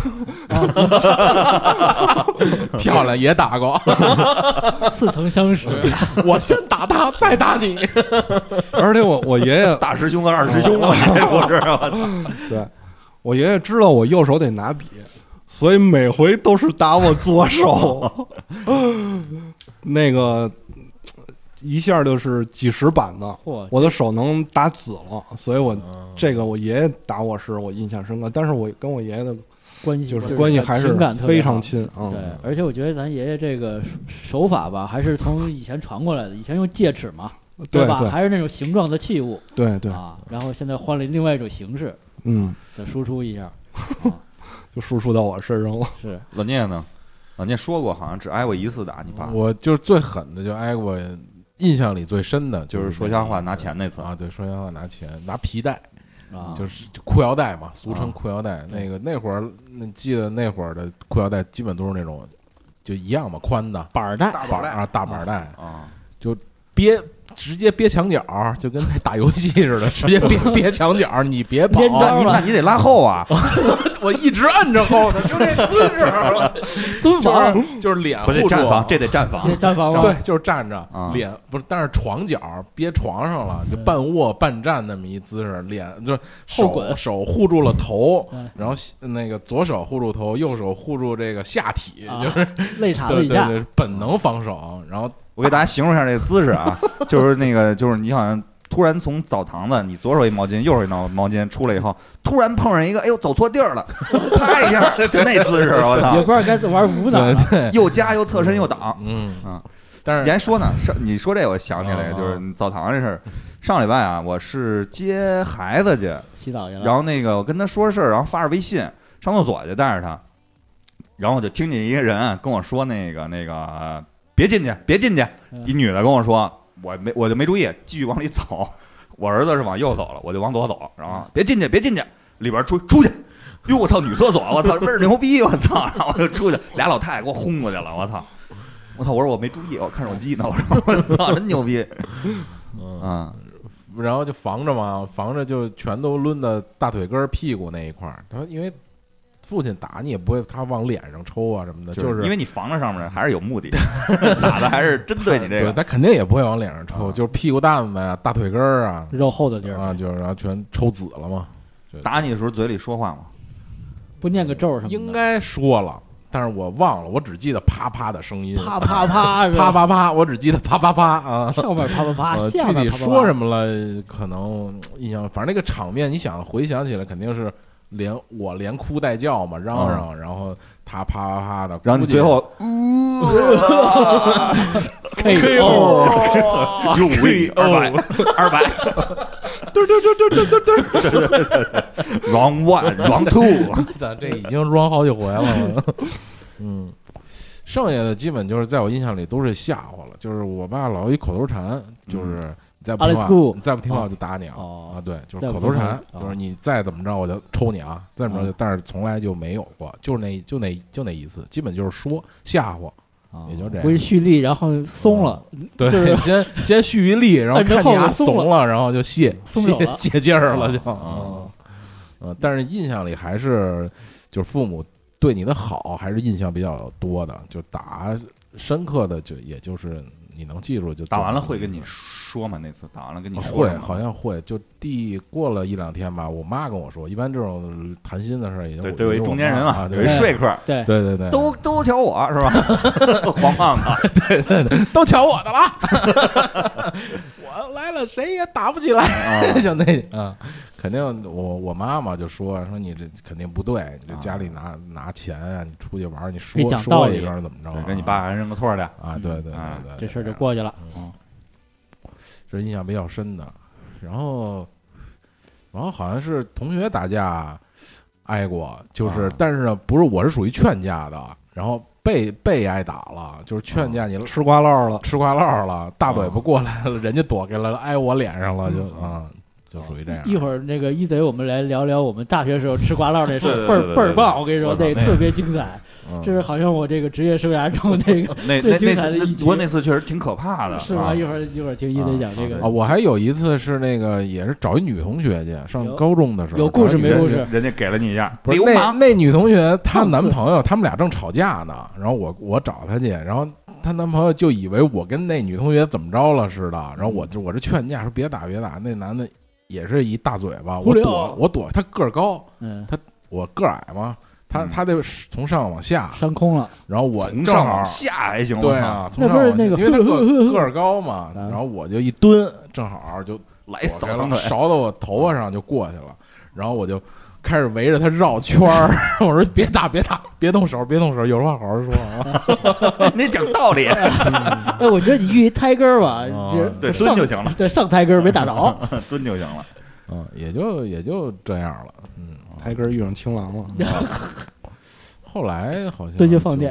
[SPEAKER 2] 漂亮，也打过，
[SPEAKER 3] 似曾相识。
[SPEAKER 2] 我先打他，再打你。
[SPEAKER 5] 而且我我爷爷
[SPEAKER 4] 大师兄和二师兄，我知道。
[SPEAKER 5] 对，我爷爷知道我右手得拿笔，所以每回都是打我左手。那个一下就是几十板子，我的手能打紫了，所以我这个我爷爷打我是我印象深刻，但是我跟我爷爷的。
[SPEAKER 3] 关系
[SPEAKER 5] 就是关系还是非常亲啊，
[SPEAKER 3] 对，而且我觉得咱爷爷这个手法吧，还是从以前传过来的。以前用戒尺嘛，
[SPEAKER 5] 对
[SPEAKER 3] 吧？还是那种形状的器物，
[SPEAKER 5] 对对
[SPEAKER 3] 啊。然后现在换了另外一种形式，
[SPEAKER 5] 嗯，
[SPEAKER 3] 再输出一下，
[SPEAKER 5] 就输出到我身上了。
[SPEAKER 3] 是
[SPEAKER 4] 老聂呢？ 啊，你也说过，好像只挨过一次打你爸，
[SPEAKER 2] 我就是最狠的就挨过，印象里最深的
[SPEAKER 4] 就是说瞎话拿钱那次
[SPEAKER 2] 啊，对，说瞎话拿钱拿皮带。
[SPEAKER 3] 啊，
[SPEAKER 2] 就是裤腰带嘛，俗称
[SPEAKER 4] 啊
[SPEAKER 2] 裤腰带。那个那会儿，那记得那会儿的裤腰带基本都是那种，就一样嘛，宽的
[SPEAKER 3] 板儿带，
[SPEAKER 2] 板儿啊，大板儿带，
[SPEAKER 4] 啊，
[SPEAKER 2] 就憋直接憋墙角，就跟那打游戏似的，直接憋憋墙角，你别跑
[SPEAKER 3] 连，招
[SPEAKER 4] 那你那你得拉后啊，
[SPEAKER 2] 我一直摁着后头，就这姿势，
[SPEAKER 3] 蹲房，
[SPEAKER 2] 就是就是脸
[SPEAKER 4] 不得
[SPEAKER 2] 护住
[SPEAKER 4] 站房，这得站房
[SPEAKER 3] 这，站房吗？
[SPEAKER 2] 对，就是站着
[SPEAKER 4] 啊，
[SPEAKER 2] 脸不是，但是床角憋床上了，就半卧半站那么一姿势，脸就是手
[SPEAKER 3] 后滚
[SPEAKER 2] 手护住了头
[SPEAKER 3] 嗯，
[SPEAKER 2] 然后那个左手护住头，右手护住这个下体，
[SPEAKER 3] 啊
[SPEAKER 2] 就是
[SPEAKER 3] 肋插子
[SPEAKER 2] 对对
[SPEAKER 3] 以下，
[SPEAKER 2] 对，本能防守，然后
[SPEAKER 4] 我给大家形容一下这个姿势啊，就是那个就是你好像突然从澡堂子，你左手一毛巾，右手一毛毛巾出来以后，突然碰上一个，哎呦走错地儿了，啪一下就那姿势，我操
[SPEAKER 3] 也，不知道该玩舞蹈了。
[SPEAKER 2] 对对，
[SPEAKER 4] 又夹又侧身又挡。
[SPEAKER 2] 嗯
[SPEAKER 4] 啊，
[SPEAKER 2] 但是
[SPEAKER 4] 你还说呢？上你说这我想起来，
[SPEAKER 2] 啊
[SPEAKER 4] 就是澡堂这事儿。上礼拜啊，我是接孩子去，
[SPEAKER 3] 洗澡去了，
[SPEAKER 4] 然后那个我跟他说事儿，然后发着微信上厕所去，带着他，然后我就听见一个人啊跟我说那个那个呃别进去，别进去，
[SPEAKER 3] 嗯
[SPEAKER 4] 一女的跟我说，我没我就没注意，继续往里走，我儿子是往右走了，我就往左走，然后别进去，别进去，里边出出去。哟，我操，女厕所，我操，倍儿牛逼，我操，然后我就出去，俩老太太给我轰过去了，我操，我操，我说我没注意，我看手机呢，我说我操，真牛逼，
[SPEAKER 2] 嗯，
[SPEAKER 4] 嗯，
[SPEAKER 2] 然后就防着嘛，防着就全都抡到大腿根儿、屁股那一块儿。他说因为父亲打你也不会，他往脸上抽啊什么的，就是
[SPEAKER 4] 因为你防着上面还是有目的，打的还是针对你这
[SPEAKER 2] 对，
[SPEAKER 4] 个，
[SPEAKER 2] 他肯定也不会往脸上抽，
[SPEAKER 4] 啊
[SPEAKER 2] 就是屁股蛋子呀、大腿根儿啊
[SPEAKER 3] 肉厚的地儿，
[SPEAKER 2] 啊，就是然后全抽紫了嘛。
[SPEAKER 4] 打你的时候嘴里说话吗？
[SPEAKER 3] 不念个咒什么的，
[SPEAKER 2] 应该说了，但是我忘了，我只记得啪啪的声音，
[SPEAKER 3] 啪啪啪
[SPEAKER 2] 啪啪啪，我只记得啪啪啪啊。
[SPEAKER 3] 上面啪啪啪，
[SPEAKER 2] 呃，具
[SPEAKER 3] 下面
[SPEAKER 2] 体
[SPEAKER 3] 啪啪啪
[SPEAKER 2] 说什么了，可能印象，反正那个场面，你想回想起来，肯定是连我连哭带叫嘛，嚷嚷，然后他啪啪啪的，估计
[SPEAKER 4] 然后你最后，
[SPEAKER 3] K O
[SPEAKER 4] 又喂二百二百，
[SPEAKER 2] 嘟嘟嘟嘟嘟嘟嘟，
[SPEAKER 4] wrong one wrong two，
[SPEAKER 2] 咱这已经 run 好几回了。嗯，剩下的基本就是在我印象里都是吓唬了，就是我爸老有一口头禅，就是你再不听话，
[SPEAKER 3] Alice School
[SPEAKER 2] 你再不听话我就打你啊！
[SPEAKER 3] 哦
[SPEAKER 2] 啊，对，就是
[SPEAKER 3] 再不
[SPEAKER 2] 口头禅，
[SPEAKER 3] 听话
[SPEAKER 2] 就是你再怎么着我就抽你啊，再怎么着
[SPEAKER 3] 哦
[SPEAKER 2] 就，但是从来就没有过，就是那就那就那一次，基本就是说吓唬，也就这样
[SPEAKER 3] 回去蓄力，然后松了，
[SPEAKER 2] 对，
[SPEAKER 3] 就是
[SPEAKER 2] 先先蓄一力，然后
[SPEAKER 3] 摁着
[SPEAKER 2] 看你丫
[SPEAKER 3] 后头松
[SPEAKER 2] 怂了，然后就泄泄
[SPEAKER 3] 松手了
[SPEAKER 2] 泄劲儿了就，
[SPEAKER 3] 哦
[SPEAKER 2] 嗯，呃，但是印象里还是就是父母对你的好还是印象比较多的，就打深刻的就也就是你能记住就
[SPEAKER 4] 打完了会
[SPEAKER 2] 跟
[SPEAKER 4] 跟你说吗？那次打完了跟你说
[SPEAKER 2] 会
[SPEAKER 4] 什么
[SPEAKER 2] 好像会，就第过了一两天吧，我妈跟我说，一般这种谈心的事儿也就
[SPEAKER 4] 对，
[SPEAKER 2] 我
[SPEAKER 4] 都有一中间人嘛，
[SPEAKER 2] 啊，
[SPEAKER 4] 有
[SPEAKER 2] 对
[SPEAKER 4] 一说客，
[SPEAKER 3] 对，
[SPEAKER 2] 对对对，
[SPEAKER 4] 都都瞧我是吧？黄胖子，
[SPEAKER 2] 都瞧我的了，我来了谁也打不起来，
[SPEAKER 4] 啊
[SPEAKER 2] 就那啊，肯定我我妈妈就说说你这肯定不对，你这家里拿拿钱啊，你出去玩儿你说
[SPEAKER 3] 给你讲道理
[SPEAKER 2] 说一声怎么着啊，
[SPEAKER 4] 对跟你爸还认个错去，
[SPEAKER 2] 啊，对对对
[SPEAKER 4] 啊
[SPEAKER 2] 对，
[SPEAKER 3] 这事儿就过去了。
[SPEAKER 2] 这是印象比较深的。然后，然后好像是同学打架挨过，就是、
[SPEAKER 4] 啊
[SPEAKER 2] 但是呢，不是我是属于劝架的，然后被被挨打了，就是劝架你
[SPEAKER 5] 吃瓜唠了，
[SPEAKER 2] 吃瓜唠了，大嘴巴过来了，人家躲开了，挨我脸上了，就啊，就属于这样。
[SPEAKER 3] 一会儿那个一贼，我们来聊聊我们大学时候吃瓜唠那事儿，倍儿
[SPEAKER 4] 对对对对
[SPEAKER 3] 倍儿棒！我跟你说，
[SPEAKER 4] 我操那个
[SPEAKER 3] 那个特别精彩，
[SPEAKER 2] 嗯
[SPEAKER 3] 这是好像我这个职业生涯中那个最精
[SPEAKER 4] 那那那
[SPEAKER 3] 彩的一局
[SPEAKER 4] 次那不过那次确实挺可怕的，
[SPEAKER 3] 是吧？
[SPEAKER 4] 啊
[SPEAKER 3] 一会儿一会儿听一贼讲这
[SPEAKER 2] 啊，
[SPEAKER 3] 个，
[SPEAKER 2] 我还有一次是那个也是找一女同学去，上
[SPEAKER 3] 有
[SPEAKER 2] 高中的时候
[SPEAKER 3] 有故事
[SPEAKER 2] 找一女
[SPEAKER 3] 没故事
[SPEAKER 4] 人人家给了你一下，
[SPEAKER 2] 不是那
[SPEAKER 4] 流氓，
[SPEAKER 2] 那女同学她
[SPEAKER 3] 放肆
[SPEAKER 2] 男朋友他们俩正吵架呢，然后我我找她去，然后她男朋友就以为我跟那女同学怎么着了似的，然后我就我这劝架说别打别打，那男的也是一大嘴巴，我
[SPEAKER 3] 无聊
[SPEAKER 2] 躲我躲，他个儿高，
[SPEAKER 3] 嗯，
[SPEAKER 2] 我个儿矮嘛，他
[SPEAKER 4] 嗯
[SPEAKER 2] 他得从上往下，
[SPEAKER 3] 上空了，
[SPEAKER 2] 然后我
[SPEAKER 4] 从
[SPEAKER 2] 正好
[SPEAKER 4] 上往下还行，
[SPEAKER 2] 对啊，从
[SPEAKER 3] 那
[SPEAKER 2] 上往下
[SPEAKER 3] 不是那个
[SPEAKER 2] 因为他个个儿高嘛，
[SPEAKER 3] 啊
[SPEAKER 2] 然后我就一蹲，正好就
[SPEAKER 4] 来
[SPEAKER 2] 躲开了，
[SPEAKER 4] 扫堂腿，
[SPEAKER 2] 勺到我头发上就过去了，然后我就开始围着他绕圈儿，我说别打别打，别动手别动手，有话好好说啊。
[SPEAKER 4] 你讲道理，
[SPEAKER 3] 哎，我觉得你遇一胎根儿吧，
[SPEAKER 2] 哦
[SPEAKER 3] 这
[SPEAKER 4] 对
[SPEAKER 3] 上
[SPEAKER 4] 蹲就行了，
[SPEAKER 3] 对，上胎根儿没打着，
[SPEAKER 4] 蹲就行了。
[SPEAKER 2] 嗯，也就也就这样了，嗯。
[SPEAKER 5] 台根遇上青狼了，
[SPEAKER 2] 后来好像
[SPEAKER 3] 对就放电
[SPEAKER 2] 没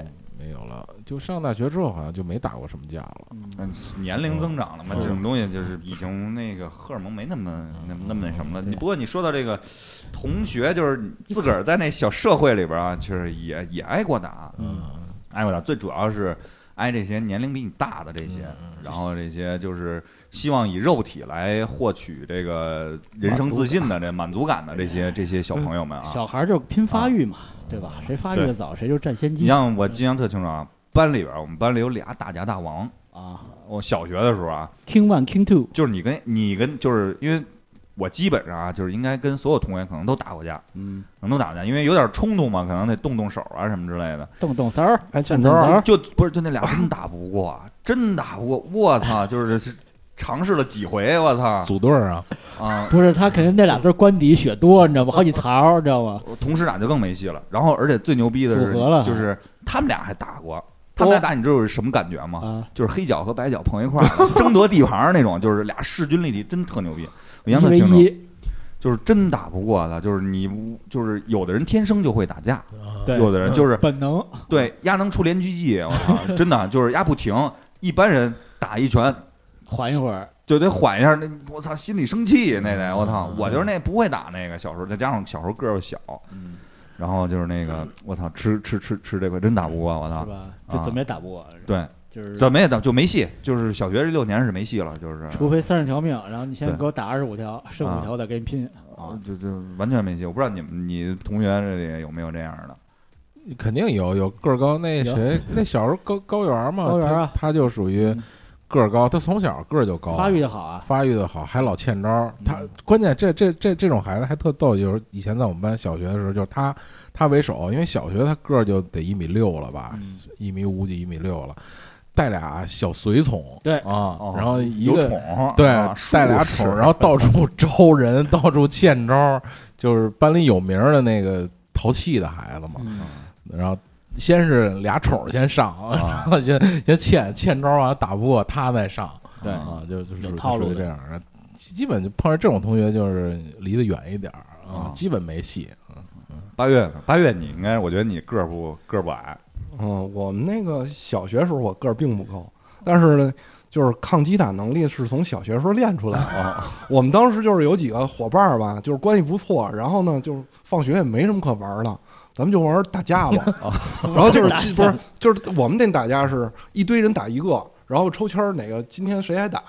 [SPEAKER 2] 没有了。就上大学之后，好像就没打过什么架了。
[SPEAKER 4] 嗯，年龄增长了嘛，这种东西就是已经那个荷尔蒙没那么那么那么那什么了。你不过你说到这个同学，就是自个儿在那小社会里边啊，就是也也挨过打，
[SPEAKER 2] 嗯，
[SPEAKER 4] 挨过打，最主要是挨这些年龄比你大的这些，然后这些就是希望以肉体来获取这个人生自信的这满足感的这些这些小朋友们啊，
[SPEAKER 3] 小孩就拼发育嘛，对吧？谁发育的早，谁就占先机。
[SPEAKER 4] 你像我印象特清楚啊，班里边我们班里有俩打架大王
[SPEAKER 3] 啊。
[SPEAKER 4] 我小学的时候啊
[SPEAKER 3] ，King One King Two，
[SPEAKER 4] 就是你跟你跟就是因为我基本上啊，就是应该跟所有同学可能都打过架，嗯，可能都打过架，因为有点冲突嘛，可能得动动手啊什么之类的，
[SPEAKER 3] 动动手儿，
[SPEAKER 5] 哎，欠招儿，
[SPEAKER 4] 就不是就那俩真打不过，真打不过，我操，就是尝试了几回，我操，
[SPEAKER 2] 组队啊，
[SPEAKER 4] 啊，
[SPEAKER 3] 不是他肯定那俩都是官邸血多，你知道吗？好几槽，你知道吗？
[SPEAKER 4] 同时打就更没戏了。然后而且最牛逼的是，就是他们俩还打过。他们俩打，你知道是什么感觉吗？
[SPEAKER 3] 啊、
[SPEAKER 4] 就是黑脚和白脚碰一块儿，争夺地盘那种，就是俩势均力敌，真特牛逼。我印象特清楚，就是真打不过他，就是你，就是有的人天生就会打架，
[SPEAKER 3] 对，
[SPEAKER 4] 有的人就是
[SPEAKER 3] 本能，
[SPEAKER 4] 对，丫能出连狙击，我操，真的就是丫不停，一般人打一拳，
[SPEAKER 3] 缓一会儿。
[SPEAKER 4] 就得缓一下，那我操，心里生气那得，我操，我就是那不会打那个，小时候再加上小时候个儿又小，嗯。然后就是那个，我操，吃吃吃吃这块真打不过，我操，
[SPEAKER 3] 是吧？就怎么也打不过。
[SPEAKER 4] 对，
[SPEAKER 3] 就是
[SPEAKER 4] 怎么也打就没戏，就是小学这六年是没戏了，就是。
[SPEAKER 3] 除非三十条命，然后你先给我打二十五条，剩五条我再跟你拼
[SPEAKER 4] 啊，就就完全没戏。我不知道你们你同学这里有没有这样的？
[SPEAKER 2] 肯定有，有个儿高那谁，那小时候高高原嘛，
[SPEAKER 3] 高原啊，
[SPEAKER 2] 他就属于。个儿高，他从小个儿就高，
[SPEAKER 3] 发育的好啊，
[SPEAKER 2] 发育的好，还老欠招。他关键这这这这种孩子还特逗，就是以前在我们班小学的时候，就是他他为首，因为小学他个儿就得一米六了吧，一米五几一米六了，带俩小随从，
[SPEAKER 3] 对
[SPEAKER 2] 啊，然后一个对带俩宠，然后到处招人，到处欠招，就是班里有名的那个淘气的孩子嘛，然后。先是俩宠先上，然后先先欠欠招啊，打不过他再上，
[SPEAKER 3] 对
[SPEAKER 2] 啊，就就是
[SPEAKER 3] 套路
[SPEAKER 2] 这样，基本就碰上这种同学就是离得远一点啊，基本没戏。
[SPEAKER 4] 八月八月，你应该，我觉得你个儿不个儿不矮，
[SPEAKER 5] 嗯，我们那个小学时候我个儿并不高，但是呢，就是抗击打能力是从小学时候练出来的。我们当时就是有几个伙伴吧，就是关系不错，然后呢，就是放学也没什么可玩的。咱们就玩打架吧，然后就是不是就是我们那打架是一堆人打一个，然后抽签哪个今天谁挨打，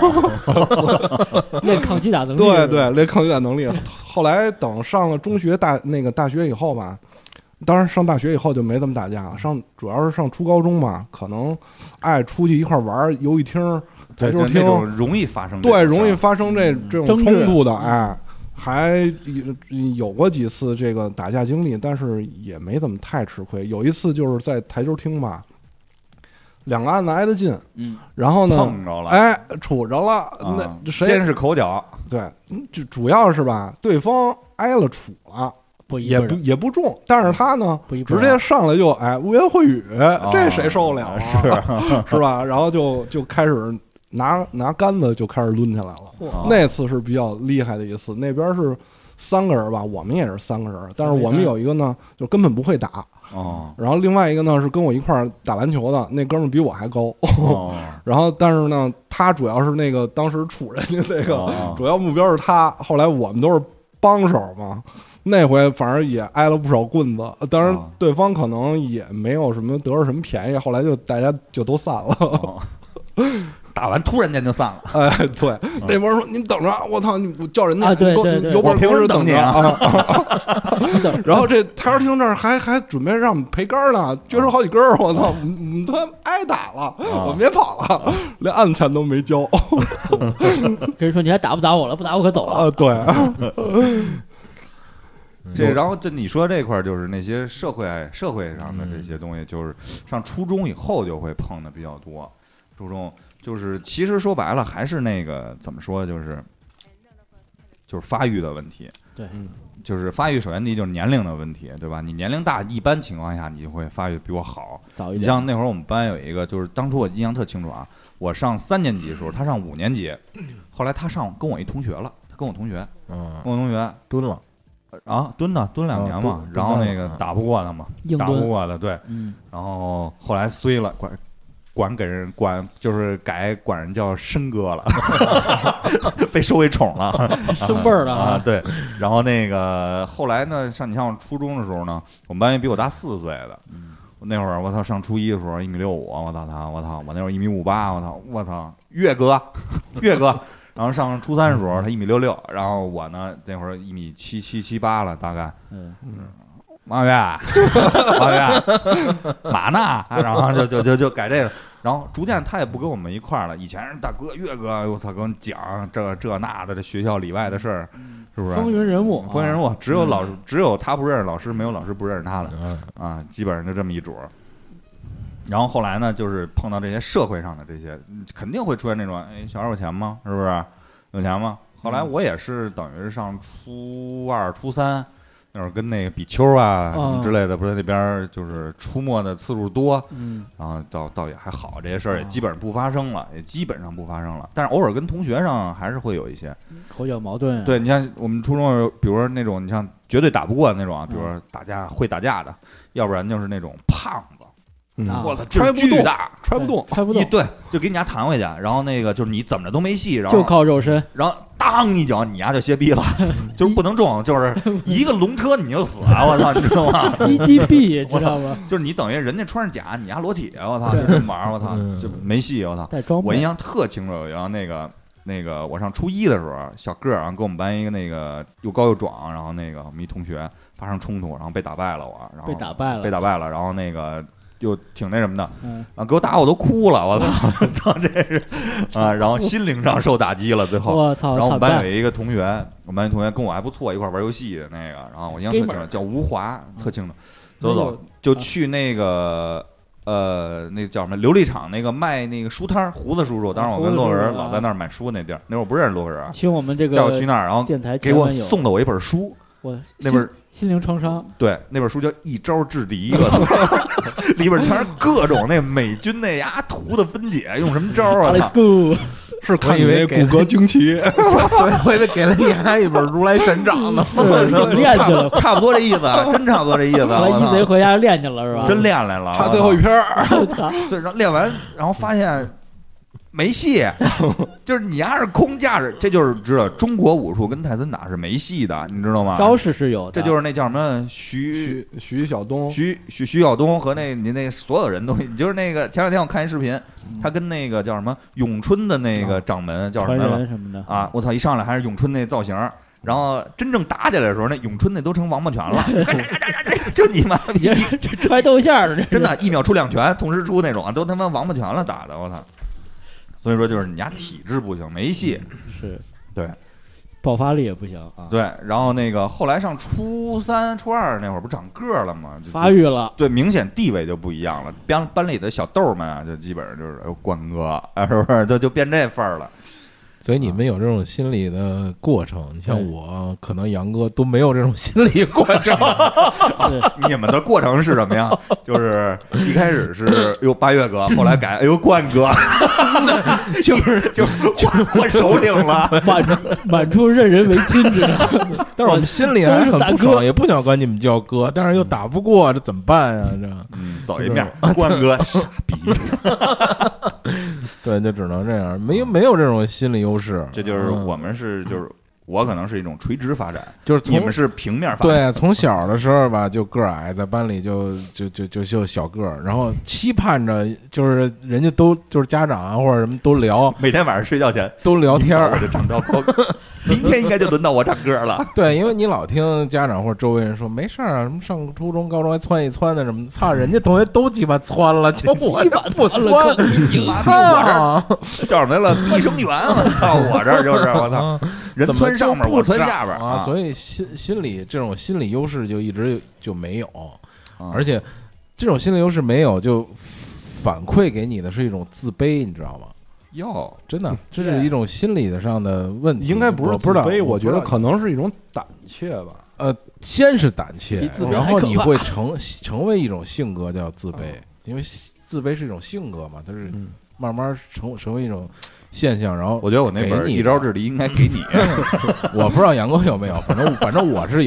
[SPEAKER 3] 练抗击打能力。
[SPEAKER 5] 对对，练抗击打能力。后来等上了中学大那个大学以后吧，当然上大学以后就没怎么打架了，上主要是上初高中嘛，可能爱出去一块玩游戏厅、台球厅，
[SPEAKER 4] 容易发生
[SPEAKER 5] 对容易发生这这种冲突的，哎。还有过几次这个打架经历，但是也没怎么太吃亏。有一次就是在台球厅吧，两个案子挨得近，嗯，然后呢，
[SPEAKER 4] 碰着了，
[SPEAKER 5] 哎，杵着了，那谁
[SPEAKER 4] 先是口角，
[SPEAKER 5] 对，就主要是吧，对方挨了杵了，
[SPEAKER 3] 不
[SPEAKER 5] 也不也不重，但是他呢，
[SPEAKER 3] 不
[SPEAKER 5] 直接上来就哎污言秽语，这谁受得了啊？
[SPEAKER 4] 是
[SPEAKER 5] 是吧？然后就就开始。拿拿杆子就开始抡起来了，那次是比较厉害的一次。那边是三个人吧，我们也是三个人，但是我们有一个呢，就根本不会打。
[SPEAKER 4] 哦，
[SPEAKER 5] 然后另外一个呢是跟我一块儿打篮球的，那哥们儿比我还高。哦，然后但是呢，他主要是那个当时杵人家那个主要目标是他。后来我们都是帮手嘛，那回反正也挨了不少棍子。当然对方可能也没有什么得着什么便宜，后来就大家就都散了。哦
[SPEAKER 4] 打完突然间就散了，
[SPEAKER 5] 哎，对，那边说您等着，我操，你叫人家，
[SPEAKER 3] 啊，对对对，
[SPEAKER 5] 有本平时
[SPEAKER 4] 等
[SPEAKER 5] 你啊。然后这台球厅这儿还还准备让我们赔杆呢，撅出好几根儿，我操，我们都挨打了，我们别跑了，连案钱都没交。
[SPEAKER 3] 跟人说你还打不打我了？不打我可走了。
[SPEAKER 5] 啊，对。
[SPEAKER 4] 这然后这你说这块就是那些社会社会上的这些东西，就是上初中以后就会碰的比较多，初中。就是其实说白了还是那个怎么说，就是就是发育的问题。
[SPEAKER 3] 对，
[SPEAKER 4] 就是发育首先第一就是年龄的问题，对吧？你年龄大，一般情况下你就会发育比我好。
[SPEAKER 3] 早一点。
[SPEAKER 4] 你像那会儿我们班有一个，就是当初我印象特清楚啊，我上三年级的时候，他上五年级，后来他上跟我一同学了，他跟我同学，
[SPEAKER 2] 嗯，
[SPEAKER 4] 跟我同学
[SPEAKER 2] 蹲了，
[SPEAKER 4] 啊，蹲的蹲两年嘛，
[SPEAKER 2] 啊蹲
[SPEAKER 4] 然后那个
[SPEAKER 2] 蹲
[SPEAKER 4] 打不过他嘛，打不
[SPEAKER 3] 硬蹲，
[SPEAKER 4] 过的，对，
[SPEAKER 3] 嗯，
[SPEAKER 4] 然后后来衰了，管管给人管就是改管人叫申哥了，被收为宠了，
[SPEAKER 3] 升辈儿了
[SPEAKER 4] 啊，对，然后那个后来呢，像你像我初中的时候呢，我们班也比我大四岁的，那会儿我操上初一的时候一米六五，我操他，我操我那会儿一米五八，我操我操岳哥，岳哥。然后上初三的时候，他一米六六，然后我呢那会儿一米七七七八了，大概。
[SPEAKER 3] 嗯
[SPEAKER 4] 王月，王月，嘛呢？然后就就就就改这个，然后逐渐他也不跟我们一块儿了。以前是大哥、岳哥，我操，跟我讲这这那的，这学校里外的事儿，是不是？
[SPEAKER 3] 风云人物，
[SPEAKER 4] 风云人物，只有老
[SPEAKER 3] 嗯
[SPEAKER 4] 只有他不认识老师，没有老师不认识他的
[SPEAKER 2] 嗯
[SPEAKER 4] 啊，基本上就这么一主儿。然后后来呢，就是碰到这些社会上的这些，肯定会出现那种，哎，小孩有钱吗？是不是？有钱吗？后来我也是等于是上初二、初三。那会儿跟那个比丘啊什么之类的，不是那边就是出没的次数多，
[SPEAKER 3] 嗯，
[SPEAKER 4] 然后倒倒也还好，这些事儿也基本上不发生了，也基本上不发生了。但是偶尔跟同学上还是会有一些
[SPEAKER 3] 口角矛盾，
[SPEAKER 4] 对，你像我们初中有，比如说那种你像绝对打不过的那种啊，比如说打架会打架的，要不然就是那种胖子，
[SPEAKER 5] 嗯
[SPEAKER 3] 啊
[SPEAKER 4] 我操，
[SPEAKER 5] 揣不动
[SPEAKER 4] 巨大，
[SPEAKER 5] 揣不动，
[SPEAKER 3] 揣不动，
[SPEAKER 4] 一对就给你家弹回去，然后那个就是你怎么着都没戏，然
[SPEAKER 3] 就
[SPEAKER 4] 后
[SPEAKER 3] 靠肉身，
[SPEAKER 4] 然后当一脚你丫就歇逼了，就是不能中，就是一个龙车你就死啊！我操，你知道吗？
[SPEAKER 3] 一击毙，知道吗？
[SPEAKER 4] 就是你等于人家穿上甲，你丫裸体，我操，就这么玩儿，我操，
[SPEAKER 2] 嗯
[SPEAKER 4] 就没戏，我操！
[SPEAKER 3] 带装备，
[SPEAKER 4] 我印象特清楚，有一个那个那个我上初一的时候，小个儿啊，跟我们班一个那个又高又壮，然后那个我们一同学发生冲突，然后被打败了我，然后
[SPEAKER 3] 被打败了
[SPEAKER 4] 被打败了，然后那个。又挺那什么的，
[SPEAKER 3] 嗯，
[SPEAKER 4] 然后给我打我都哭了，我操，操这是啊，然后心灵上受打击了，最后。
[SPEAKER 3] 我操，
[SPEAKER 4] 然后我们
[SPEAKER 3] 惨败
[SPEAKER 4] 班有一个同学，我们班一同学跟我还不错，一块玩游戏的那个，然后我印象特清楚，叫吴华，特清楚。走走就去那个呃，那个叫什么琉璃厂那个卖那个书摊儿，胡子叔叔。当时我跟洛文老在那儿买书那地儿，那会儿不认识洛文啊，
[SPEAKER 3] 请我们这个
[SPEAKER 4] 带我去那儿，然后
[SPEAKER 3] 电台
[SPEAKER 4] 给我送的我一本书。
[SPEAKER 3] 我
[SPEAKER 4] 那本
[SPEAKER 3] 心灵创伤，
[SPEAKER 4] 对，那本书叫《一招制敌》，我操，里边全是各种那美军那呀图的分解，用什么招啊
[SPEAKER 3] ？Let's go！
[SPEAKER 5] 是看你那骨骼惊奇，
[SPEAKER 2] 对，我以为给了你还一本《如来神掌》呢，
[SPEAKER 3] 练去了，
[SPEAKER 4] 差不多这意思，真差不多这意思。
[SPEAKER 3] 后来一贼回家练去了是吧？
[SPEAKER 4] 真练来了，
[SPEAKER 5] 差最后一篇儿，
[SPEAKER 3] 我操！
[SPEAKER 4] 对，然后练完，然后发现没戏，就是你要是空架着，这就是知道中国武术跟泰森打是没戏的，你知道吗？
[SPEAKER 3] 招式是有的，
[SPEAKER 4] 这就是那叫什么徐
[SPEAKER 5] 徐徐晓东，
[SPEAKER 4] 徐徐徐晓东和那你那所有人都，你就是那个前两天我看一视频，他跟那个叫什么咏春的那个掌门叫什
[SPEAKER 3] 传
[SPEAKER 4] 么了
[SPEAKER 3] 人什么的
[SPEAKER 4] 啊？我操，一上来还是咏春那造型。然后真正打起来的时候，那咏春那都成王八拳了，就你妈逼，
[SPEAKER 3] 揣豆馅儿的，
[SPEAKER 4] 真的，一秒出两拳，同时出那种，都他妈王八拳了打的，我操！所以说就是你家体质不行，没戏。
[SPEAKER 3] 是，
[SPEAKER 4] 对，
[SPEAKER 3] 爆发力也不行啊。
[SPEAKER 4] 对，然后那个后来上初三、初二那会儿不长个儿了吗？就
[SPEAKER 3] 发育了，
[SPEAKER 4] 对，明显地位就不一样了。班班里的小豆们啊，就基本上就是哎冠哥，是不是？就就变这份儿了。
[SPEAKER 2] 所以你们有这种心理的过程，你像我，可能杨哥都没有这种心理过程。
[SPEAKER 4] 你们的过程是什么呀？就是一开始是哟八月哥，后来改哎呦冠哥，就是就是换换首领了，
[SPEAKER 3] 满满处任人唯亲，知道吗？
[SPEAKER 2] 但是我们心里还很不爽，也不想管你们叫哥，但是又打不过，这怎么办呀？这
[SPEAKER 4] 嗯，走一面，冠哥傻逼。
[SPEAKER 2] 对，就只能这样，没有没有这种心理优势。
[SPEAKER 4] 这就是我们是就是我可能是一种垂直发展，
[SPEAKER 2] 就是
[SPEAKER 4] 你们是平面发展。
[SPEAKER 2] 对，从小的时候吧，就个儿矮，在班里就就就就就小个儿，然后期盼着就是人家都就是家长啊或者什么都聊，
[SPEAKER 4] 每天晚上睡觉前
[SPEAKER 2] 都聊天儿，
[SPEAKER 4] 我就长高高。明天应该就轮到我长个儿了。
[SPEAKER 2] 对，因为你老听家长或者周围人说没事儿啊，什么上初中、高中还窜一窜的什么，操，人家同学都鸡巴窜了，就我这不窜，
[SPEAKER 4] 操，叫什么来了？益生元，我操，我这儿就是我操，人窜上面，我窜下边
[SPEAKER 2] 啊，所以心心理这种心理优势就一直就没有，而且这种心理优势没有，就反馈给你的是一种自卑，你知道吗？
[SPEAKER 4] 哟，
[SPEAKER 2] 真的，这是一种心理上的问题。
[SPEAKER 5] 应该不是
[SPEAKER 2] 不知道，
[SPEAKER 5] 我
[SPEAKER 2] 我
[SPEAKER 5] 觉得可能是一种胆怯吧。
[SPEAKER 2] 呃，先是胆怯，然后你会成成为一种性格叫自卑，因为自卑是一种性格嘛，它是慢慢成成为一种现象。然后
[SPEAKER 4] 我觉得我那本《一招制敌》应该给你，
[SPEAKER 2] 我不知道杨哥有没有，反正反正我是有。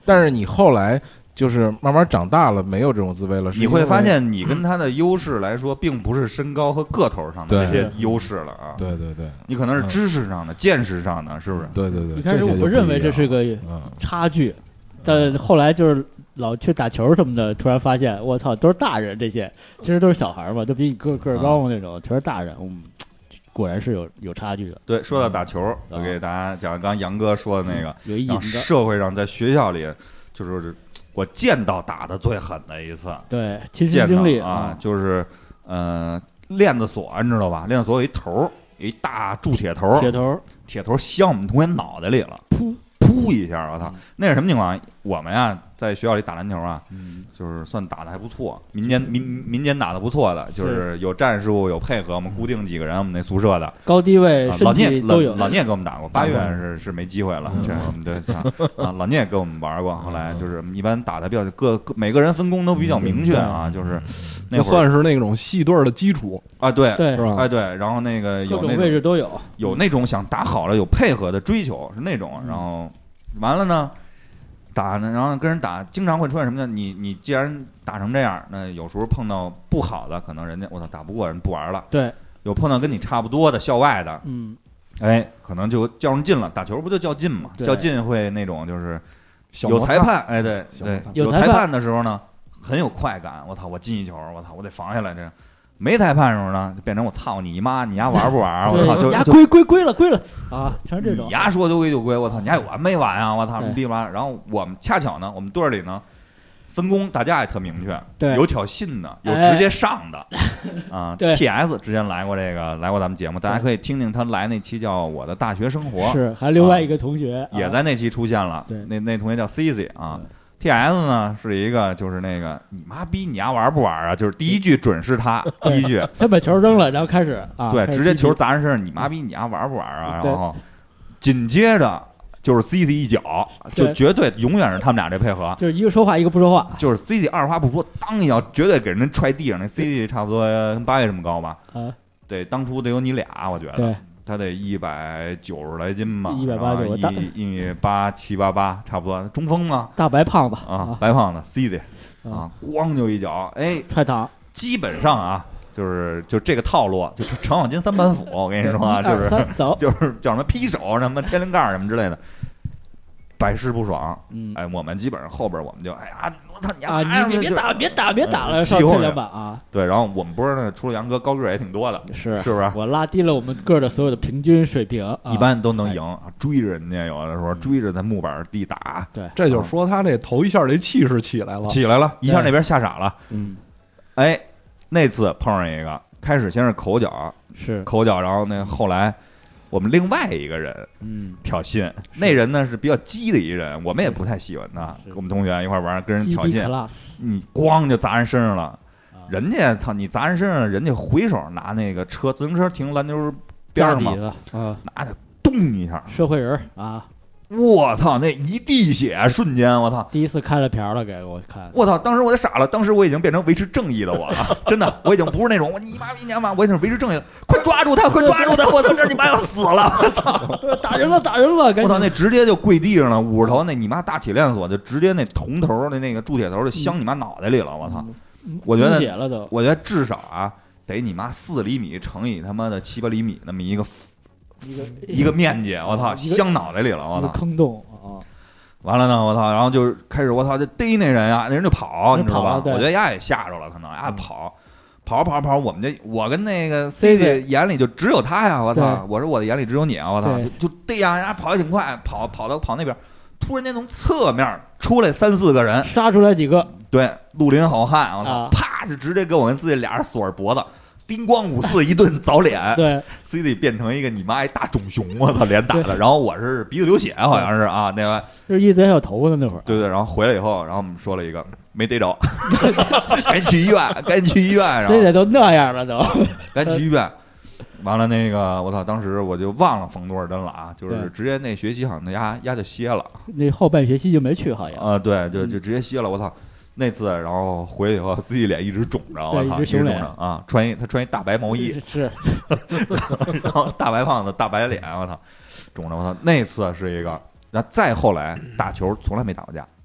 [SPEAKER 2] 但是你后来就是慢慢长大了，没有这种自卑了，
[SPEAKER 4] 你会发现你跟他的优势来说，并不是身高和个头上的这些优势了啊。
[SPEAKER 2] 对对对，
[SPEAKER 4] 你可能是知识上的、见识上的，是不是？
[SPEAKER 2] 对对对。
[SPEAKER 3] 一开始我不认为这是个差距，但后来就是老去打球什么的，突然发现我操，都是大人，这些其实都是小孩嘛，都比你个个儿高嘛那种，全是大人。嗯，果然是有有差距的。
[SPEAKER 4] 对，说到打球，我给大家讲刚刚杨哥说的那个，
[SPEAKER 3] 有一
[SPEAKER 4] 让社会上在学校里就是。我见到打的最狠的一次，
[SPEAKER 3] 对，亲身经历
[SPEAKER 4] 啊，就是呃链子锁，你知道吧？链子锁有一头，有一大铸铁头，
[SPEAKER 3] 铁头，
[SPEAKER 4] 铁头镶我们同学脑袋里了，
[SPEAKER 3] 噗
[SPEAKER 4] 噗一下，我操！那是什么情况？我们呀，在学校里打篮球啊，
[SPEAKER 3] 嗯，
[SPEAKER 4] 就是算打的还不错，民间民民间打的不错的，就是有战术有配合，我们固定几个人，我们那宿舍的
[SPEAKER 3] 高低位、
[SPEAKER 4] 老聂
[SPEAKER 3] 都有。
[SPEAKER 4] 老聂给我们打过，八月是是没机会了，这我们对啊，老聂给我们玩过，后来就是一般打的比较各每个人分工都比较明确啊，就是那会儿
[SPEAKER 5] 算是那种系队的基础
[SPEAKER 4] 啊，对
[SPEAKER 3] 对
[SPEAKER 5] 是吧？
[SPEAKER 4] 哎对，然后那个有
[SPEAKER 3] 各种位置都有，
[SPEAKER 4] 有那种想打好了有配合的追求是那种，然后完了呢。打呢，然后跟人打，经常会出现什么呢？你你既然打成这样，那有时候碰到不好的，可能人家我操打不过人不玩了。
[SPEAKER 3] 对，
[SPEAKER 4] 有碰到跟你差不多的校外的，
[SPEAKER 3] 嗯，
[SPEAKER 4] 哎，可能就较上劲了。打球不就较劲嘛？较劲会那种就是
[SPEAKER 5] 小
[SPEAKER 4] 有裁判，哎对对，有
[SPEAKER 3] 裁
[SPEAKER 4] 判的时候呢，很有快感。我操，我进一球，我操，我得防下来这样。没裁判的时候呢，就变成我操你妈，你丫玩不玩？我操，就
[SPEAKER 3] 丫归归归了归了啊，全是这种。
[SPEAKER 4] 你丫说就归就归，我操，你还有完没完啊？我操，你闭完。然后我们恰巧呢，我们队里呢，分工大家也特明确，
[SPEAKER 3] 对，
[SPEAKER 4] 有挑衅的，有直接上的，啊 ，T S 之前来过这个来过咱们节目，大家可以听听他来那期叫《我的大学生活》，
[SPEAKER 3] 是，还另外一个同学
[SPEAKER 4] 也在那期出现了，
[SPEAKER 3] 对，
[SPEAKER 4] 那那同学叫 C Z 啊。T S 呢是一个，就是那个你妈逼你丫玩不玩啊？就是第一句准是他，第一句
[SPEAKER 3] 先把球扔了，然后开始啊，
[SPEAKER 4] 对，直接球砸人身上，你妈逼你丫玩不玩啊？然后紧接着就是 C Z 一脚，就绝对永远是他们俩这配合，
[SPEAKER 3] 就是一个说话一个不说话，
[SPEAKER 4] 就是 C Z 二话不说，当一脚绝对给人踹地上。那 C Z 差不多跟八月这么高吧？
[SPEAKER 3] 啊，
[SPEAKER 4] 对，当初得有你俩，我觉得。
[SPEAKER 3] 对。
[SPEAKER 4] 他得一百九十来斤吧，
[SPEAKER 3] 一百八九，
[SPEAKER 4] 一一米八七八八，差不多。中锋嘛，
[SPEAKER 3] 大白胖子
[SPEAKER 4] 啊，白胖子 C Z 啊，咣就一脚，哎，
[SPEAKER 3] 踹躺。
[SPEAKER 4] 基本上啊，就是就这个套路，就程咬金三板斧，我跟你说啊，就是就是叫什么劈手、什么天灵盖什么之类的，百试不爽。
[SPEAKER 3] 嗯，
[SPEAKER 4] 哎，我们基本上后边我们就哎呀，我操你
[SPEAKER 3] 啊，你你别打别打别打了，上这两板啊。
[SPEAKER 4] 对，然后我们不是呢，除了杨哥高个儿也挺多的，
[SPEAKER 3] 是
[SPEAKER 4] 是不是？
[SPEAKER 3] 我拉低了我们个儿的所有的平均水平，
[SPEAKER 4] 一般都能赢，追着人家，有的时候追着在木板地打。
[SPEAKER 3] 对，
[SPEAKER 5] 这就是说他这头一下这气势起来了，
[SPEAKER 4] 起来了，一下那边吓傻了。
[SPEAKER 3] 嗯，
[SPEAKER 4] 哎，那次碰上一个，开始先是口角，
[SPEAKER 3] 是
[SPEAKER 4] 口角，然后那后来。我们另外一个人，
[SPEAKER 3] 嗯，
[SPEAKER 4] 挑衅，那人呢是比较激的一人，我们也不太喜欢他。跟我们同学一块玩，跟人挑衅，你咣就砸人身上了。人家操你砸人身上，人家回手拿那个车自行车停篮球边上嘛，
[SPEAKER 3] 啊，
[SPEAKER 4] 拿着咚一下，
[SPEAKER 3] 社会人啊。
[SPEAKER 4] 我操！那一滴血，瞬间，我操！
[SPEAKER 3] 第一次开了瓢了，给我看。
[SPEAKER 4] 我操！当时我就傻了，当时我已经变成维持正义的我了，真的，我已经不是那种我你妈逼你妈，我已经是维持正义了，快抓住他，快抓住他！我操，这你妈要死了！我操！
[SPEAKER 3] 对，打人了，打人了！
[SPEAKER 4] 我操，那直接就跪地上了，捂着头，那你妈大铁链锁就直接那铜头的那个铸铁头就镶你妈脑袋里了，我操！我觉得，我觉得至少啊，得你妈四厘米乘以他妈的七八厘米那么一个。
[SPEAKER 3] 一个
[SPEAKER 4] 一个面积，我操，镶脑袋里了，我操，
[SPEAKER 3] 坑洞啊！
[SPEAKER 4] 完了呢，我操，然后就开始，我操，就逮那人啊，那人就跑，你知道吧？
[SPEAKER 3] 我
[SPEAKER 4] 觉得丫也吓着了，可能丫跑，跑跑跑，我们这我跟那个 C C 眼里就只有他呀，我操，我说我的眼里只有你啊，我操，就就逮呀，丫跑也挺快，跑跑到跑那边，突然间从侧面出来三四个人，
[SPEAKER 3] 杀出来几个，
[SPEAKER 4] 对，绿林好汉，我操，啪就直接跟我跟 C C 俩人锁着脖子。叮咣五四一顿凿脸，
[SPEAKER 3] 对
[SPEAKER 4] ，C D 变成一个你妈一大肿熊，我操，脸打的，然后我是鼻子流血，好像是啊，那个
[SPEAKER 3] 就是一直还有头发的那会儿，
[SPEAKER 4] 对对，然后回来以后，然后我们说了一个没逮着，赶紧去医院，赶紧去医院，然后
[SPEAKER 3] C D 都那样了都，
[SPEAKER 4] 赶紧去医院，完了那个我操，当时我就忘了缝多少针了啊，就是直接那学期好像那丫丫就歇了，
[SPEAKER 3] 那后半学期就没去好像
[SPEAKER 4] 啊，对，就就直接歇了，我操。那次，然后回去以后，自己脸一直肿着，我操，
[SPEAKER 3] 一直
[SPEAKER 4] 肿着啊！穿一他穿一大白毛衣，
[SPEAKER 3] 是，
[SPEAKER 4] 然后大白胖子，大白脸，我操，肿着，我操！那次是一个，那再后来打球从来没打过架，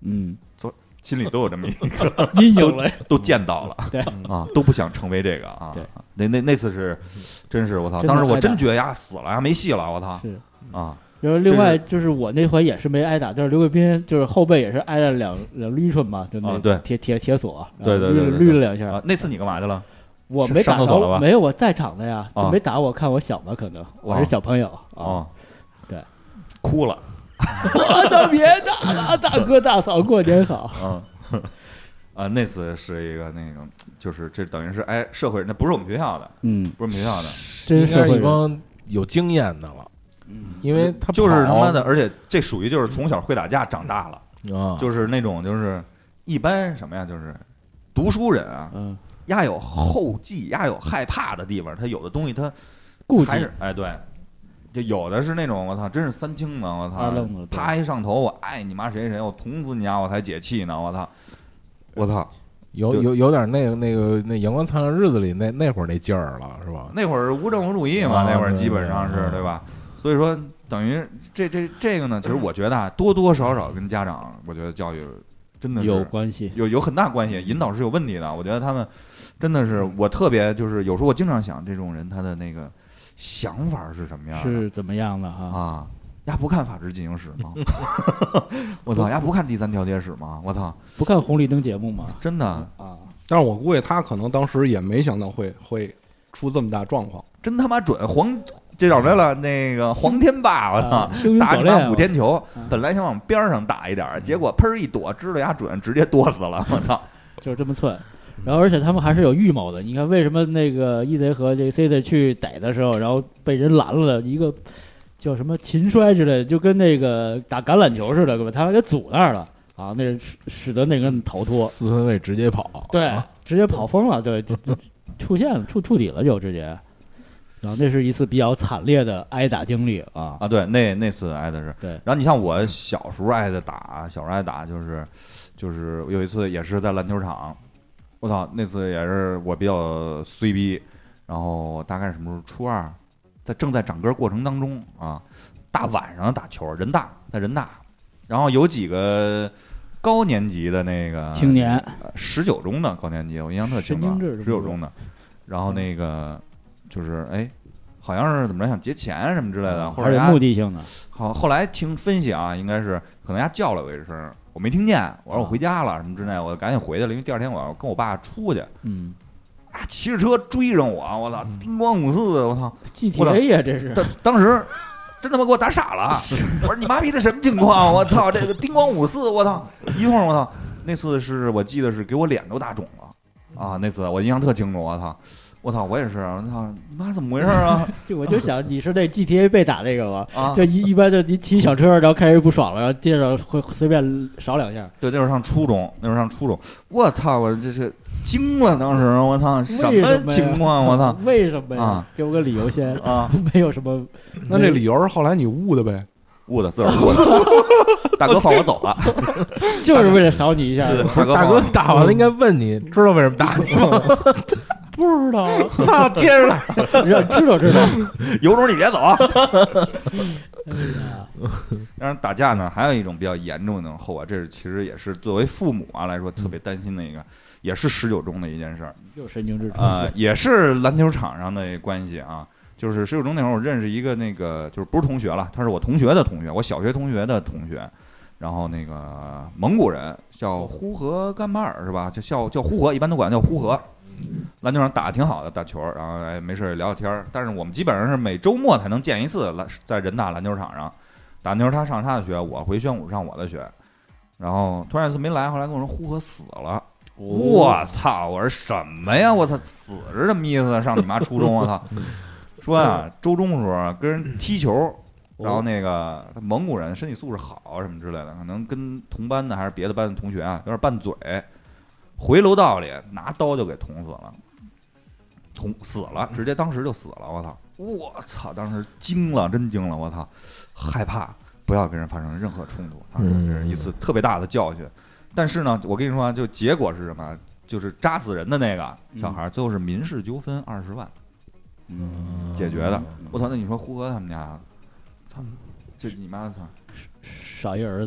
[SPEAKER 3] 嗯，
[SPEAKER 4] 心里都有这么一个
[SPEAKER 3] 阴影了。
[SPEAKER 4] 都见到了，
[SPEAKER 3] 对
[SPEAKER 4] 啊，都不想成为这个啊。
[SPEAKER 3] 对，
[SPEAKER 4] 那那那次是，真是我操！
[SPEAKER 3] 真的
[SPEAKER 4] 当时我
[SPEAKER 3] 挨打
[SPEAKER 4] 真觉得呀死了呀，没戏了，我操
[SPEAKER 3] 是。
[SPEAKER 4] 啊！
[SPEAKER 3] 然后另外就是我那回也是没挨打，就是刘贵斌就是后背也是挨了两两捋春嘛，就那
[SPEAKER 4] 啊对
[SPEAKER 3] 铁铁铁锁，
[SPEAKER 4] 对对对对
[SPEAKER 3] 捋了捋了两下
[SPEAKER 4] 啊。那次你干嘛去了？
[SPEAKER 3] 我没打
[SPEAKER 4] 上厕所了吧
[SPEAKER 3] 着，没有我在场的呀，
[SPEAKER 4] 啊
[SPEAKER 3] 就没打我，看我小嘛，可能我是小朋友啊。
[SPEAKER 4] 哦，
[SPEAKER 3] 对，
[SPEAKER 4] 哭了。
[SPEAKER 3] 我操，别打了，大哥大嫂过年好。
[SPEAKER 4] 嗯，啊，那次是一个那个，就是这等于是哎，社会人，那不是我们学校的，
[SPEAKER 3] 嗯，
[SPEAKER 4] 不是我们学校的，
[SPEAKER 3] 真
[SPEAKER 2] 应该是一
[SPEAKER 3] 是社会人。
[SPEAKER 2] 帮有经验的了，
[SPEAKER 3] 嗯，
[SPEAKER 2] 因为他
[SPEAKER 4] 就是他
[SPEAKER 2] 跑
[SPEAKER 4] 妈的，而且这属于就是从小会打架长大了，
[SPEAKER 2] 啊，
[SPEAKER 4] 就是那种就是一般什么呀，就是读书人啊，
[SPEAKER 3] 嗯，
[SPEAKER 4] 丫有后忌，丫有害怕的地方，他有的东西他
[SPEAKER 3] 顾忌
[SPEAKER 4] 还是哎对。就有的是那种我操，真是三清呢，我操
[SPEAKER 3] 二愣子，对
[SPEAKER 4] 啪一上头，我爱你妈谁谁，我捅死你啊，我才解气呢，我操，我操，
[SPEAKER 2] 有有有点那个那个那阳光灿烂日子里那那会儿那劲儿了，是吧？
[SPEAKER 4] 那会儿无政府主义嘛，
[SPEAKER 2] 啊
[SPEAKER 4] 那会儿
[SPEAKER 2] 对
[SPEAKER 4] 基本上是
[SPEAKER 2] 对
[SPEAKER 4] 对吧？所以说等于这这这个呢，其实我觉得啊，多多少少跟家长，我觉得教育真的是
[SPEAKER 3] 有关系。
[SPEAKER 4] 有有很大关系，引导是有问题的。我觉得他们真的是，我特别就是有时候我经常想，这种人他的那个想法是什么样的？
[SPEAKER 3] 是怎么样的哈？
[SPEAKER 4] 啊，丫不看《法制进行时》吗？我操，丫不看第三调解室吗？我操，
[SPEAKER 3] 不看红绿灯节目吗？
[SPEAKER 4] 真的
[SPEAKER 3] 啊，
[SPEAKER 5] 但是我估计他可能当时也没想到会会出这么大状况。
[SPEAKER 4] 真他妈准！黄这叫什么来了？那个黄天霸，我操
[SPEAKER 3] 啊，星云
[SPEAKER 4] 打你妈
[SPEAKER 3] 锁链
[SPEAKER 4] 五天球
[SPEAKER 3] 嗯，
[SPEAKER 4] 本来想往边上打一点儿，结果砰儿一躲，知道丫准，直接剁死了。我操！
[SPEAKER 3] 就是这么寸。然后，而且他们还是有预谋的。你看，为什么那个一贼和这个 C Z 去逮的时候，然后被人拦了一个叫什么秦摔之类的，就跟那个打橄榄球似的，给他给阻那儿了啊，那使使得那个人逃脱，
[SPEAKER 2] 四分卫直接跑，
[SPEAKER 3] 对
[SPEAKER 2] 啊，
[SPEAKER 3] 直接跑疯了，对，就就触线了，触触底了就直接。然后那是一次比较惨烈的挨打经历啊
[SPEAKER 4] 啊，对，那那次挨的是。
[SPEAKER 3] 对。
[SPEAKER 4] 然后你像我小时候挨的打，小时候挨打就是就是有一次也是在篮球场。我操，那次也是我比较衰逼，然后大概是什么时候？初二，在正在长个过程当中啊，大晚上打球，人大在人大，然后有几个高年级的那个
[SPEAKER 3] 青年，
[SPEAKER 4] 十九中的高年级，我印象特清楚，
[SPEAKER 3] 神经质
[SPEAKER 4] 十九中的，然后那个就是哎，好像是怎么着想劫钱什么之类的，或者
[SPEAKER 3] 还有目的性的，
[SPEAKER 4] 好，后来听分析啊，应该是可能人家叫了我一声。我没听见，我说我回家了什么之类的，我赶紧回去了，因为第二天我要跟我爸出去。
[SPEAKER 3] 嗯，
[SPEAKER 4] 啊，骑着车追上我，我操，叮咣五四的，我操
[SPEAKER 3] G T A 呀，这是。
[SPEAKER 4] 当当时真他妈给我打傻了，我说你妈逼这什么情况？我操，这个叮咣五四，我操，一通我操。那次是我记得是给我脸都打肿了啊，那次我印象特清楚，我操。我操，我也是，我操，你妈怎么回事啊？
[SPEAKER 3] 就我就想你是那 G T A 被打那个吗？
[SPEAKER 4] 啊，
[SPEAKER 3] 就一一般就你骑小车，然后开始不爽了，然后接着会随便少两下。
[SPEAKER 4] 对，那会儿上初中，那会儿上初中，我操，我这是惊了，当时我操，什么情况？我操，
[SPEAKER 3] 为什么呀？
[SPEAKER 4] 啊
[SPEAKER 3] 给我个理由先
[SPEAKER 4] 啊，
[SPEAKER 3] 没有什么。
[SPEAKER 5] 那这理由是后来你悟的呗？
[SPEAKER 4] 悟的，自个儿悟的。大哥放我走了，
[SPEAKER 3] 就是为了少你一下。
[SPEAKER 4] 大哥
[SPEAKER 2] 大哥打完了应该问你，知道为什么打你吗？
[SPEAKER 3] 不知道，
[SPEAKER 2] 操，接着来，
[SPEAKER 3] 知道知道。
[SPEAKER 4] 有种你别走。
[SPEAKER 3] 哎呀，
[SPEAKER 4] 当然打架呢，还有一种比较严重的后果，这是其实也是作为父母啊来说特别担心的一个，也是十九中的一件事儿。
[SPEAKER 3] 又神经质
[SPEAKER 4] 啊、呃，也是篮球场上的关系啊。就是十九中那会儿，我认识一个那个，就是不是同学了，他是我同学的同学，我小学同学的同学。然后那个蒙古人叫呼和干巴尔是吧？就叫叫呼和，一般都管叫呼和。篮球场打得挺好的，打球，然后哎没事聊聊天儿。但是我们基本上是每周末才能见一次，在人大篮球场上打篮球。他上他的学，我回宣武上我的学。然后突然一次没来，后来跟我说呼和死了。我操！我说什么呀？我操，死是什么意思？上你妈初中！我操！说啊，周中的时候跟人踢球，然后那个蒙古人身体素质好什么之类的，可能跟同班的还是别的班的同学啊有点拌嘴，回楼道里拿刀就给捅死了，捅死了，直接当时就死了。我操！我操！当时惊了，真惊了！我操！害怕，不要跟人发生任何冲突。当时这是一次特别大的教训。但是呢，我跟你说，就结果是什么？就是扎死人的那个小孩，最后是民事纠纷二十万。
[SPEAKER 3] 嗯，
[SPEAKER 4] 解决的。我操，那你说呼和他们家，操，这你妈操，
[SPEAKER 3] 少一儿子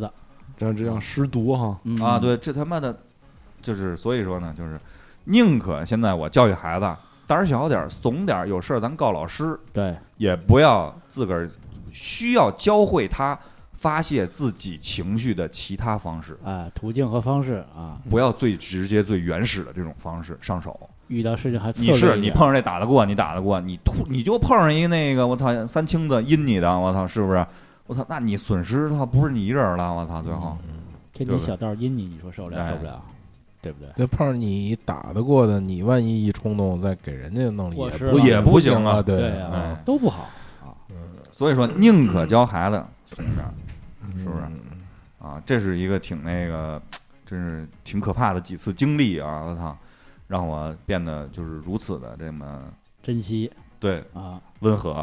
[SPEAKER 5] 这这样失毒哈。
[SPEAKER 3] 嗯
[SPEAKER 4] 啊，对，这他妈的，就是所以说呢，就是宁可现在我教育孩子胆儿小点儿、怂点儿，有事儿咱告老师，
[SPEAKER 3] 对，
[SPEAKER 4] 也不要自个儿需要教会他发泄自己情绪的其他方式，
[SPEAKER 3] 哎，途径和方式啊，
[SPEAKER 4] 不要最直接、最原始的这种方式上手。
[SPEAKER 3] 遇到事情还策
[SPEAKER 4] 你
[SPEAKER 3] 略一点
[SPEAKER 4] 是你碰上这打得过，你打得过，你突你就碰上一个那个我操三清子阴你的，我操是不是？我操，那你损失他不是你一人了，我操，最后
[SPEAKER 3] 天天小道阴你，你说受不了
[SPEAKER 4] 哎
[SPEAKER 3] 受不了，对不对？
[SPEAKER 2] 再碰上你打得过的，你万一一冲动再给人家弄也不
[SPEAKER 3] 过失了
[SPEAKER 2] 也不
[SPEAKER 4] 也不行啊
[SPEAKER 2] 啊，对
[SPEAKER 3] 对啊
[SPEAKER 4] 哎
[SPEAKER 3] 都不好啊。
[SPEAKER 4] 所以说宁可教孩子怂点儿，
[SPEAKER 2] 嗯
[SPEAKER 4] 是不是？啊，这是一个挺那个，真是挺可怕的几次经历啊！我操，让我变得就是如此的这么
[SPEAKER 3] 珍惜
[SPEAKER 4] 对
[SPEAKER 3] 啊，
[SPEAKER 4] 温和，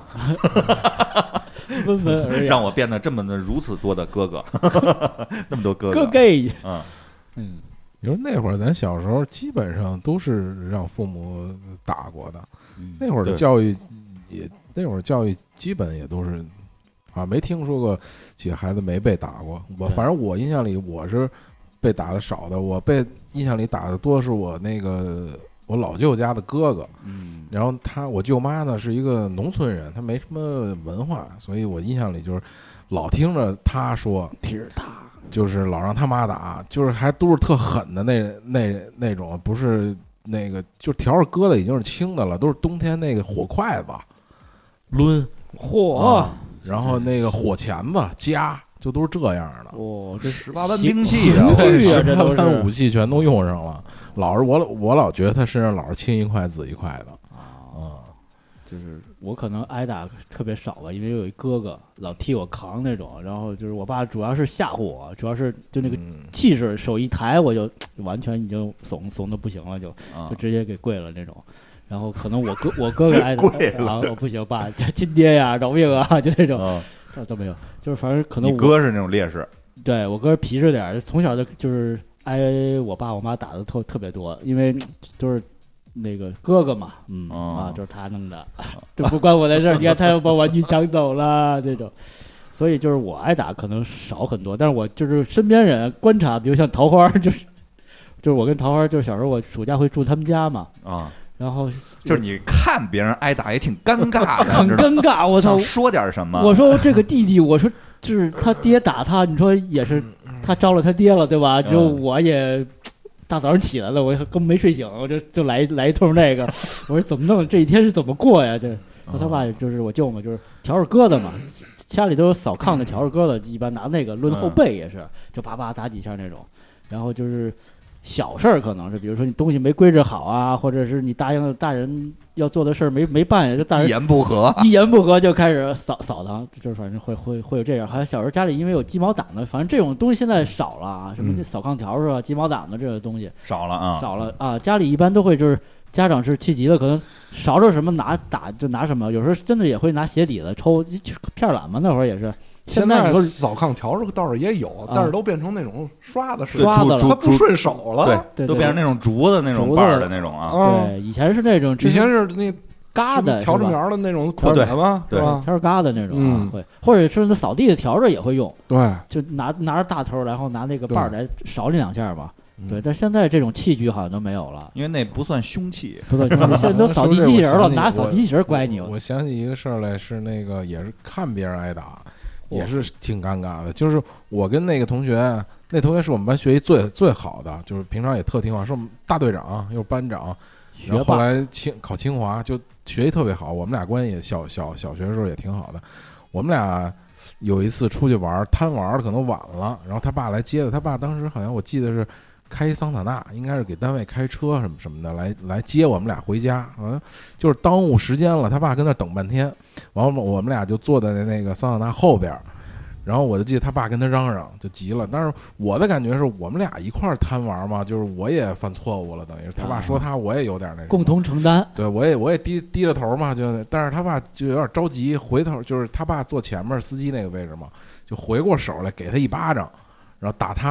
[SPEAKER 3] 温文尔雅，
[SPEAKER 4] 让我变得这么的如此多的哥哥，那么多哥
[SPEAKER 3] 哥
[SPEAKER 4] 哥，
[SPEAKER 3] gay，
[SPEAKER 4] 嗯，
[SPEAKER 3] 嗯，
[SPEAKER 2] 你说那会儿咱小时候基本上都是让父母打过的，
[SPEAKER 3] 嗯
[SPEAKER 2] 那会儿的
[SPEAKER 4] 对
[SPEAKER 2] 教育也那会儿教育基本也都是啊，没听说过几个孩子没被打过。我
[SPEAKER 3] 对
[SPEAKER 2] 反正我印象里我是被打的少的，我被印象里打的多是我那个我老舅家的哥哥，
[SPEAKER 3] 嗯，
[SPEAKER 2] 然后他我舅妈呢是一个农村人，他没什么文化，所以我印象里就是老听着他说，
[SPEAKER 3] 体儿大，
[SPEAKER 2] 就是老让他妈打，就是还都是特狠的那那那种，不是那个就条儿搁的已经是轻的了，都是冬天那个火筷子抡
[SPEAKER 3] 嚯，
[SPEAKER 2] 啊，然后那个火钳子夹，就都是这样的。
[SPEAKER 3] 哦，这
[SPEAKER 4] 十八般
[SPEAKER 3] 刑
[SPEAKER 4] 兵器啊
[SPEAKER 3] 刑具啊，
[SPEAKER 2] 十
[SPEAKER 3] 这都
[SPEAKER 2] 八般武
[SPEAKER 3] 是
[SPEAKER 2] 器全都用上了。老是我老我老觉得他身上老是青一块紫一块的啊。
[SPEAKER 3] 就是我可能挨打特别少吧，因为有一哥哥老替我扛那种，然后就是我爸主要是吓唬我，主要是就那个
[SPEAKER 2] 嗯
[SPEAKER 3] 气势手一抬我就完全已经怂怂的不行了，就
[SPEAKER 4] 啊
[SPEAKER 3] 就直接给跪了那种。然后可能我哥我哥哥挨打
[SPEAKER 4] 跪了
[SPEAKER 3] 啊，我不行，爸亲爹呀，饶命啊，就那种，
[SPEAKER 4] 啊，
[SPEAKER 3] 这都没有，就是反正可能我
[SPEAKER 4] 你哥是那种烈士，
[SPEAKER 3] 对我哥皮实点儿，从小就就是挨我爸我妈打的特特别多，因为就是那个哥哥嘛，嗯、
[SPEAKER 4] 哦
[SPEAKER 3] 啊，就是他弄的，这不关我的事儿。你看他又把玩具抢走了这种，所以就是我挨打可能少很多，但是我就是身边人观察，比如像桃花，就是就是我跟桃花，就是小时候我暑假会住他们家嘛，
[SPEAKER 4] 啊，
[SPEAKER 3] 然后
[SPEAKER 4] 就是你看别人挨打也挺尴尬的，
[SPEAKER 3] 很
[SPEAKER 4] 知道吗
[SPEAKER 3] 尴尬，我操
[SPEAKER 4] 想！说点什么？
[SPEAKER 3] 我说这个弟弟，我说就是他爹打他，你说也是他招了他爹了，对吧？
[SPEAKER 4] 嗯
[SPEAKER 3] 就我也大早上起来了，我根本没睡醒，我就就来来一通那个，我说怎么弄？这一天是怎么过呀？这说他爸就是我舅嘛，就是笤帚疙瘩嘛，家里都有扫炕的笤帚疙瘩，一般拿那个抡后背也是，就啪啪打几下那种，然后就是。小事儿可能是，比如说你东西没归置好啊，或者是你答应大人要做的事儿没没办，就大人
[SPEAKER 4] 一言不合，
[SPEAKER 3] 一言不合就开始扫扫他，就是反正会会会有这样。还有小时候家里因为有鸡毛掸子，反正这种东西现在少了啊，什么
[SPEAKER 2] 嗯
[SPEAKER 3] 这扫炕条是吧？鸡毛掸子这个东西
[SPEAKER 4] 少了啊，
[SPEAKER 3] 少了啊。家里一般都会就是家长是气急了，可能勺着什么拿打就拿什么，有时候真的也会拿鞋底子抽片儿懒嘛，那会儿也是。
[SPEAKER 5] 现
[SPEAKER 3] 在你说
[SPEAKER 5] 扫炕条儿倒是也有，但是都变成那种刷子式的，
[SPEAKER 3] 刷子了
[SPEAKER 5] 它不顺手了。
[SPEAKER 3] 对对
[SPEAKER 4] 都变成那种竹子那种
[SPEAKER 3] 竹子
[SPEAKER 4] 把儿的那种啊，
[SPEAKER 5] 啊，
[SPEAKER 3] 对，以前是那种
[SPEAKER 5] 以前是那
[SPEAKER 3] 疙瘩
[SPEAKER 5] 调着
[SPEAKER 3] 是吧
[SPEAKER 5] 苗的那种捆着嘛，
[SPEAKER 4] 对
[SPEAKER 5] 是吧？
[SPEAKER 3] 条疙瘩那种啊
[SPEAKER 5] 嗯
[SPEAKER 3] 会，或者是那扫地的笤帚也会用。
[SPEAKER 5] 对，
[SPEAKER 3] 就拿拿着大头，然后拿那个把儿来勺你两下嘛。
[SPEAKER 2] 嗯
[SPEAKER 3] 对，但现在这种器具好像都没有了。
[SPEAKER 4] 因为那不算凶器，
[SPEAKER 3] 不错，现在都扫地机器人了，
[SPEAKER 2] 说这我想起
[SPEAKER 3] 拿扫地机器人拐你。
[SPEAKER 2] 我我想起一个事儿来，是那个也是看别人挨打，
[SPEAKER 3] 嚯
[SPEAKER 2] 也是挺尴尬的。就是我跟那个同学，那同学是我们班学习最最好的，就是平常也特听话，是我们大队长又是班长，然后后
[SPEAKER 3] 学霸，
[SPEAKER 2] 来清考清华，就学习特别好。我们俩关系小小小学的时候也挺好的。我们俩有一次出去玩，贪玩的可能晚了，然后他爸来接的。他爸当时好像我记得是开一桑塔纳，应该是给单位开车什么什么的来来接我们俩回家，好像就是耽误时间了。他爸跟那等半天，完了我们俩就坐在那个桑塔纳后边。然后我就记得他爸跟他嚷嚷，就急了。但是我的感觉是我们俩一块儿贪玩嘛，就是我也犯错误了，等于是他爸说他，我也有点那什么
[SPEAKER 3] 共同承担。
[SPEAKER 2] 对，我也我也低低着头嘛，就但是他爸就有点着急，回头就是他爸坐前面司机那个位置嘛，就回过手来给他一巴掌，然后打他。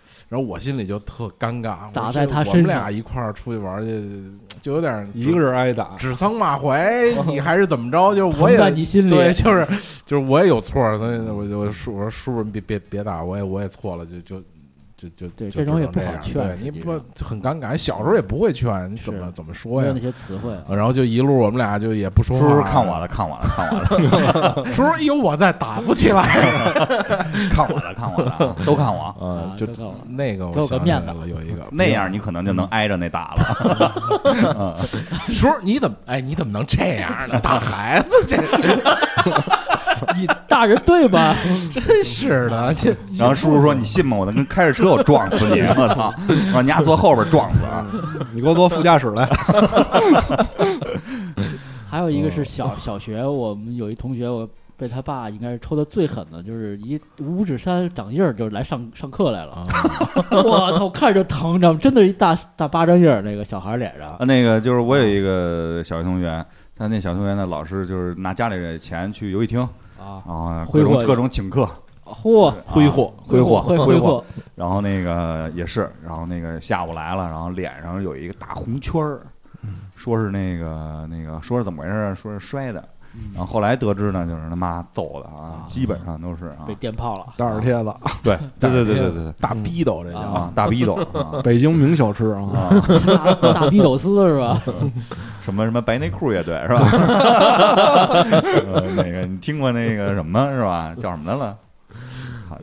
[SPEAKER 2] 然后我心里就特尴尬，
[SPEAKER 3] 打
[SPEAKER 2] 我
[SPEAKER 3] 在他身上
[SPEAKER 2] 说我们俩一块儿出去玩去，就有点
[SPEAKER 5] 一个人挨打，
[SPEAKER 2] 指桑骂槐，你还是怎么着？就是我也
[SPEAKER 3] 疼在你心里
[SPEAKER 2] 对，就是就是我也有错，所以我就我说我说叔叔别别别打，我也我也错了，就就就就
[SPEAKER 3] 对
[SPEAKER 2] 就
[SPEAKER 3] 这种也不好
[SPEAKER 2] 只能样
[SPEAKER 3] 劝
[SPEAKER 2] 对你不
[SPEAKER 3] 实际上
[SPEAKER 2] 就很尴尬，小时候也不会劝，你怎么
[SPEAKER 3] 是
[SPEAKER 2] 怎么说呀
[SPEAKER 3] 没有那？些词汇啊。
[SPEAKER 2] 然后就一路我们俩就也不说话，
[SPEAKER 4] 叔叔看我了，看我了，看我了，
[SPEAKER 2] 叔叔有我在打不起来，
[SPEAKER 4] 看我了，看我了，都看我。
[SPEAKER 2] 嗯，就
[SPEAKER 3] 啊都看我
[SPEAKER 2] 那个
[SPEAKER 3] 给我个
[SPEAKER 2] 想起
[SPEAKER 3] 面子
[SPEAKER 2] 来了，有一个
[SPEAKER 4] 那样你可能就能挨着那打了。
[SPEAKER 2] 叔你怎么哎你怎么能这样呢？打孩子这
[SPEAKER 3] 你大人对吧？
[SPEAKER 2] 真是的，这
[SPEAKER 4] 然后叔叔说：“你信吗？我能跟开着车我撞死你！我操！让你丫坐后边撞死啊！
[SPEAKER 5] 你给我坐副驾驶来。
[SPEAKER 3] 还有一个是小小学，我们有一同学，我被他爸应该是抽的最狠的，就是一五指山长印儿就来上上课来了。
[SPEAKER 2] 啊
[SPEAKER 3] 我操，看着疼，你知道吗？真的，一大大巴掌印儿，那个小孩脸上
[SPEAKER 4] 啊，那个就是我有一个小学同学，他那小同学呢，老师就是拿家里的钱去游戏厅，
[SPEAKER 3] 啊，
[SPEAKER 4] 然后
[SPEAKER 3] 挥霍
[SPEAKER 4] 各种各种请客，
[SPEAKER 3] 嚯，
[SPEAKER 2] 挥霍
[SPEAKER 4] 挥霍
[SPEAKER 3] 挥
[SPEAKER 4] 挥
[SPEAKER 3] 霍，
[SPEAKER 4] 然后那个也是，然后那个下午来了，然后脸上有一个大红圈儿，说是那个那个说是怎么回事？说是摔的，然后后来得知呢，就是他妈揍的啊，基本上都是啊
[SPEAKER 3] 被，电炮了。
[SPEAKER 5] 大耳贴子，
[SPEAKER 4] 对对对对对对对
[SPEAKER 2] 大逼斗这叫
[SPEAKER 4] 啊，大逼斗啊
[SPEAKER 5] 北京名小吃啊，
[SPEAKER 4] 啊，
[SPEAKER 3] 大大逼斗斯是吧？
[SPEAKER 4] 什么什么白内裤乐队是吧？呃那个你听过那个什么是吧？叫什么来了？操！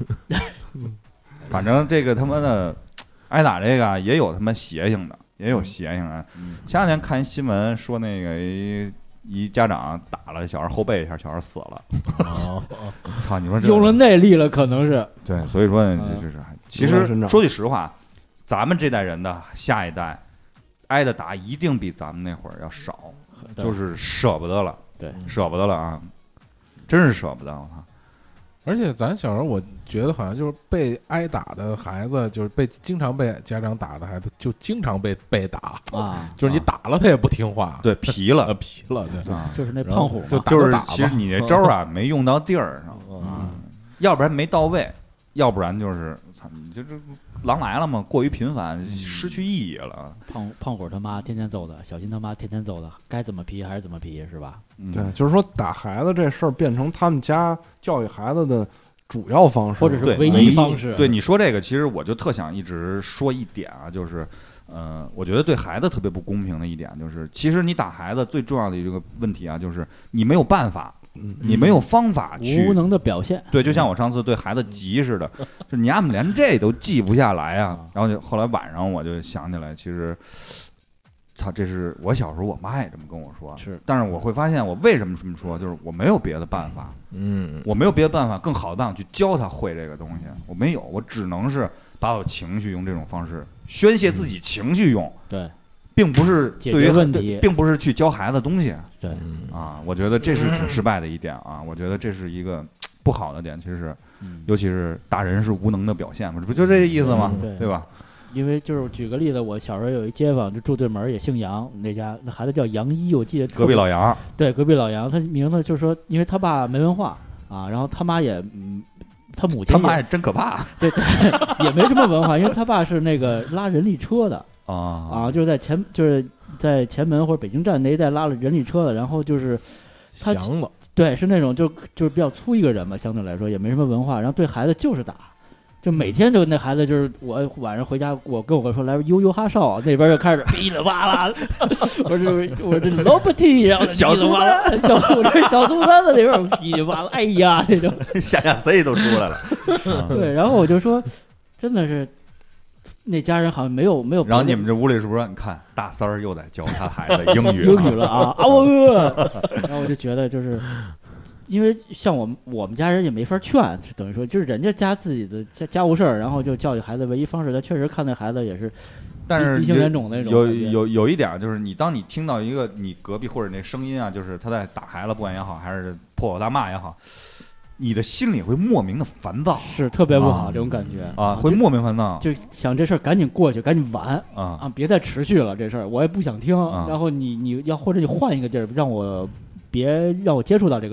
[SPEAKER 4] 反正这个他妈的挨打这个啊也有他妈邪性的，也有邪性的。前两天看一新闻说那个一一家长打了小孩后背一下，小孩死了。
[SPEAKER 2] 哦
[SPEAKER 4] 操！你说这
[SPEAKER 3] 用了内力了，可能是。
[SPEAKER 4] 对，所以说呢，
[SPEAKER 3] 嗯
[SPEAKER 4] 就是其
[SPEAKER 5] 无赖身上
[SPEAKER 4] 实说句实话，咱们这代人的下一代挨的打一定比咱们那会儿要少，
[SPEAKER 3] 对
[SPEAKER 4] 就是舍不得了，
[SPEAKER 3] 对，
[SPEAKER 4] 舍不得了啊，真是舍不得，我操！
[SPEAKER 2] 而且咱小时候，我觉得好像就是被挨打的孩子，就是被经常被家长打的孩子，就经常被被打，
[SPEAKER 3] 啊，
[SPEAKER 2] 就是你打了他也不听话，
[SPEAKER 4] 对，皮
[SPEAKER 2] 呃
[SPEAKER 4] 了
[SPEAKER 2] 皮了，对，
[SPEAKER 4] 啊，
[SPEAKER 3] 就是那
[SPEAKER 2] 然后
[SPEAKER 3] 胖虎嘛
[SPEAKER 2] 就打
[SPEAKER 4] 就是
[SPEAKER 2] 打吧
[SPEAKER 4] 其实你这招儿啊没用到地儿上，
[SPEAKER 2] 嗯
[SPEAKER 4] 要不然没到位，要不然就是操，你这这狼来了嘛，过于频繁，失去意义了。
[SPEAKER 3] 胖胖虎他妈天天揍的，小新他妈天天揍的，该怎么皮还是怎么皮，是吧？
[SPEAKER 4] 嗯
[SPEAKER 5] 对，就是说打孩子这事儿变成他们家教育孩子的主要方式，
[SPEAKER 4] 对，
[SPEAKER 3] 或者是唯
[SPEAKER 4] 唯
[SPEAKER 3] 一方式。
[SPEAKER 4] 对你说这个，其实我就特想一直说一点啊，就是，呃，我觉得对孩子特别不公平的一点就是，其实你打孩子最重要的一个问题啊，就是你没有办法，
[SPEAKER 5] 嗯
[SPEAKER 4] 你没有方法去
[SPEAKER 3] 无能的表现。
[SPEAKER 4] 对，就像我上次对孩子急似的，就你丫们连这都记不下来啊。然后就后来晚上我就想起来，其实，操，这是我小时候我妈也这么跟我说，
[SPEAKER 3] 是，
[SPEAKER 4] 但是我会发现我为什么这么说，就是我没有别的办法，
[SPEAKER 2] 嗯，
[SPEAKER 4] 我没有别的办法，更好的办法去教他会这个东西，我没有，我只能是把我情绪用这种方式宣泄自己情绪用，
[SPEAKER 3] 对
[SPEAKER 4] 并不是
[SPEAKER 3] 解
[SPEAKER 4] 对于
[SPEAKER 3] 决问题
[SPEAKER 4] 对并不是去教孩子东西
[SPEAKER 3] 对，
[SPEAKER 4] 啊。我觉得这是挺失败的一点啊，我觉得这是一个不好的点，其实是。
[SPEAKER 3] 嗯，
[SPEAKER 4] 尤其是大人是无能的表现嘛，这不就这意思吗？
[SPEAKER 3] 嗯对
[SPEAKER 4] 对吧？
[SPEAKER 3] 因为就是举个例子，我小时候有一街坊就住对门儿，也姓杨，那家那孩子叫杨一，我记得特
[SPEAKER 4] 隔壁
[SPEAKER 3] 别
[SPEAKER 4] 老杨，
[SPEAKER 3] 对隔壁老杨，他名字就是说，因为他爸没文化啊，然后他妈也嗯，他母亲也
[SPEAKER 4] 他妈也真可怕
[SPEAKER 3] 对对也没什么文化，因为他爸是那个拉人力车的
[SPEAKER 4] 啊
[SPEAKER 3] 啊，就是在前就是在前门或者北京站那一带拉了人力车的，然后就是他
[SPEAKER 2] 祥子，
[SPEAKER 3] 对是那种就就是比较粗一个人嘛，相对来说也没什么文化，然后对孩子就是打。就每天就那孩子就是我晚上回家，我跟我哥说来悠悠哈少，那边就开始噼里啪啦，我这我这罗伯蒂，然后
[SPEAKER 4] 小猪
[SPEAKER 3] 蛋，小我这小猪蛋的那边噼里啪啦，哎呀那种，
[SPEAKER 4] 下下 C 都出来了。
[SPEAKER 3] 对，然后我就说，真的是那家人好像没有没有，
[SPEAKER 4] 然后你们这屋里是不是？你看大三儿又在教他孩子英语
[SPEAKER 3] 英语了啊啊我，然后我就觉得就是。因为像我们我们家人也没法劝，等于说就是人家家自己的家家务事儿，然后就教育孩子唯一方式，他确实看那孩子也是
[SPEAKER 4] 但是
[SPEAKER 3] 鼻青脸肿那种
[SPEAKER 4] 有
[SPEAKER 3] 感觉
[SPEAKER 4] 有有一点就是，你当你听到一个你隔壁或者那声音啊，就是他在打孩子，不管也好，还是破口大骂也好，你的心里会莫名的烦躁
[SPEAKER 3] 是特别不好、
[SPEAKER 4] 啊
[SPEAKER 3] 这种感觉
[SPEAKER 4] 啊，会
[SPEAKER 3] 就
[SPEAKER 4] 莫名烦躁
[SPEAKER 3] 就想这事儿赶紧过去，赶紧完
[SPEAKER 4] 啊
[SPEAKER 3] 啊，别再持续了这事儿，我也不想听。
[SPEAKER 4] 啊
[SPEAKER 3] 然后你你要或者你换一个地儿，让我别让我接触到这个事儿。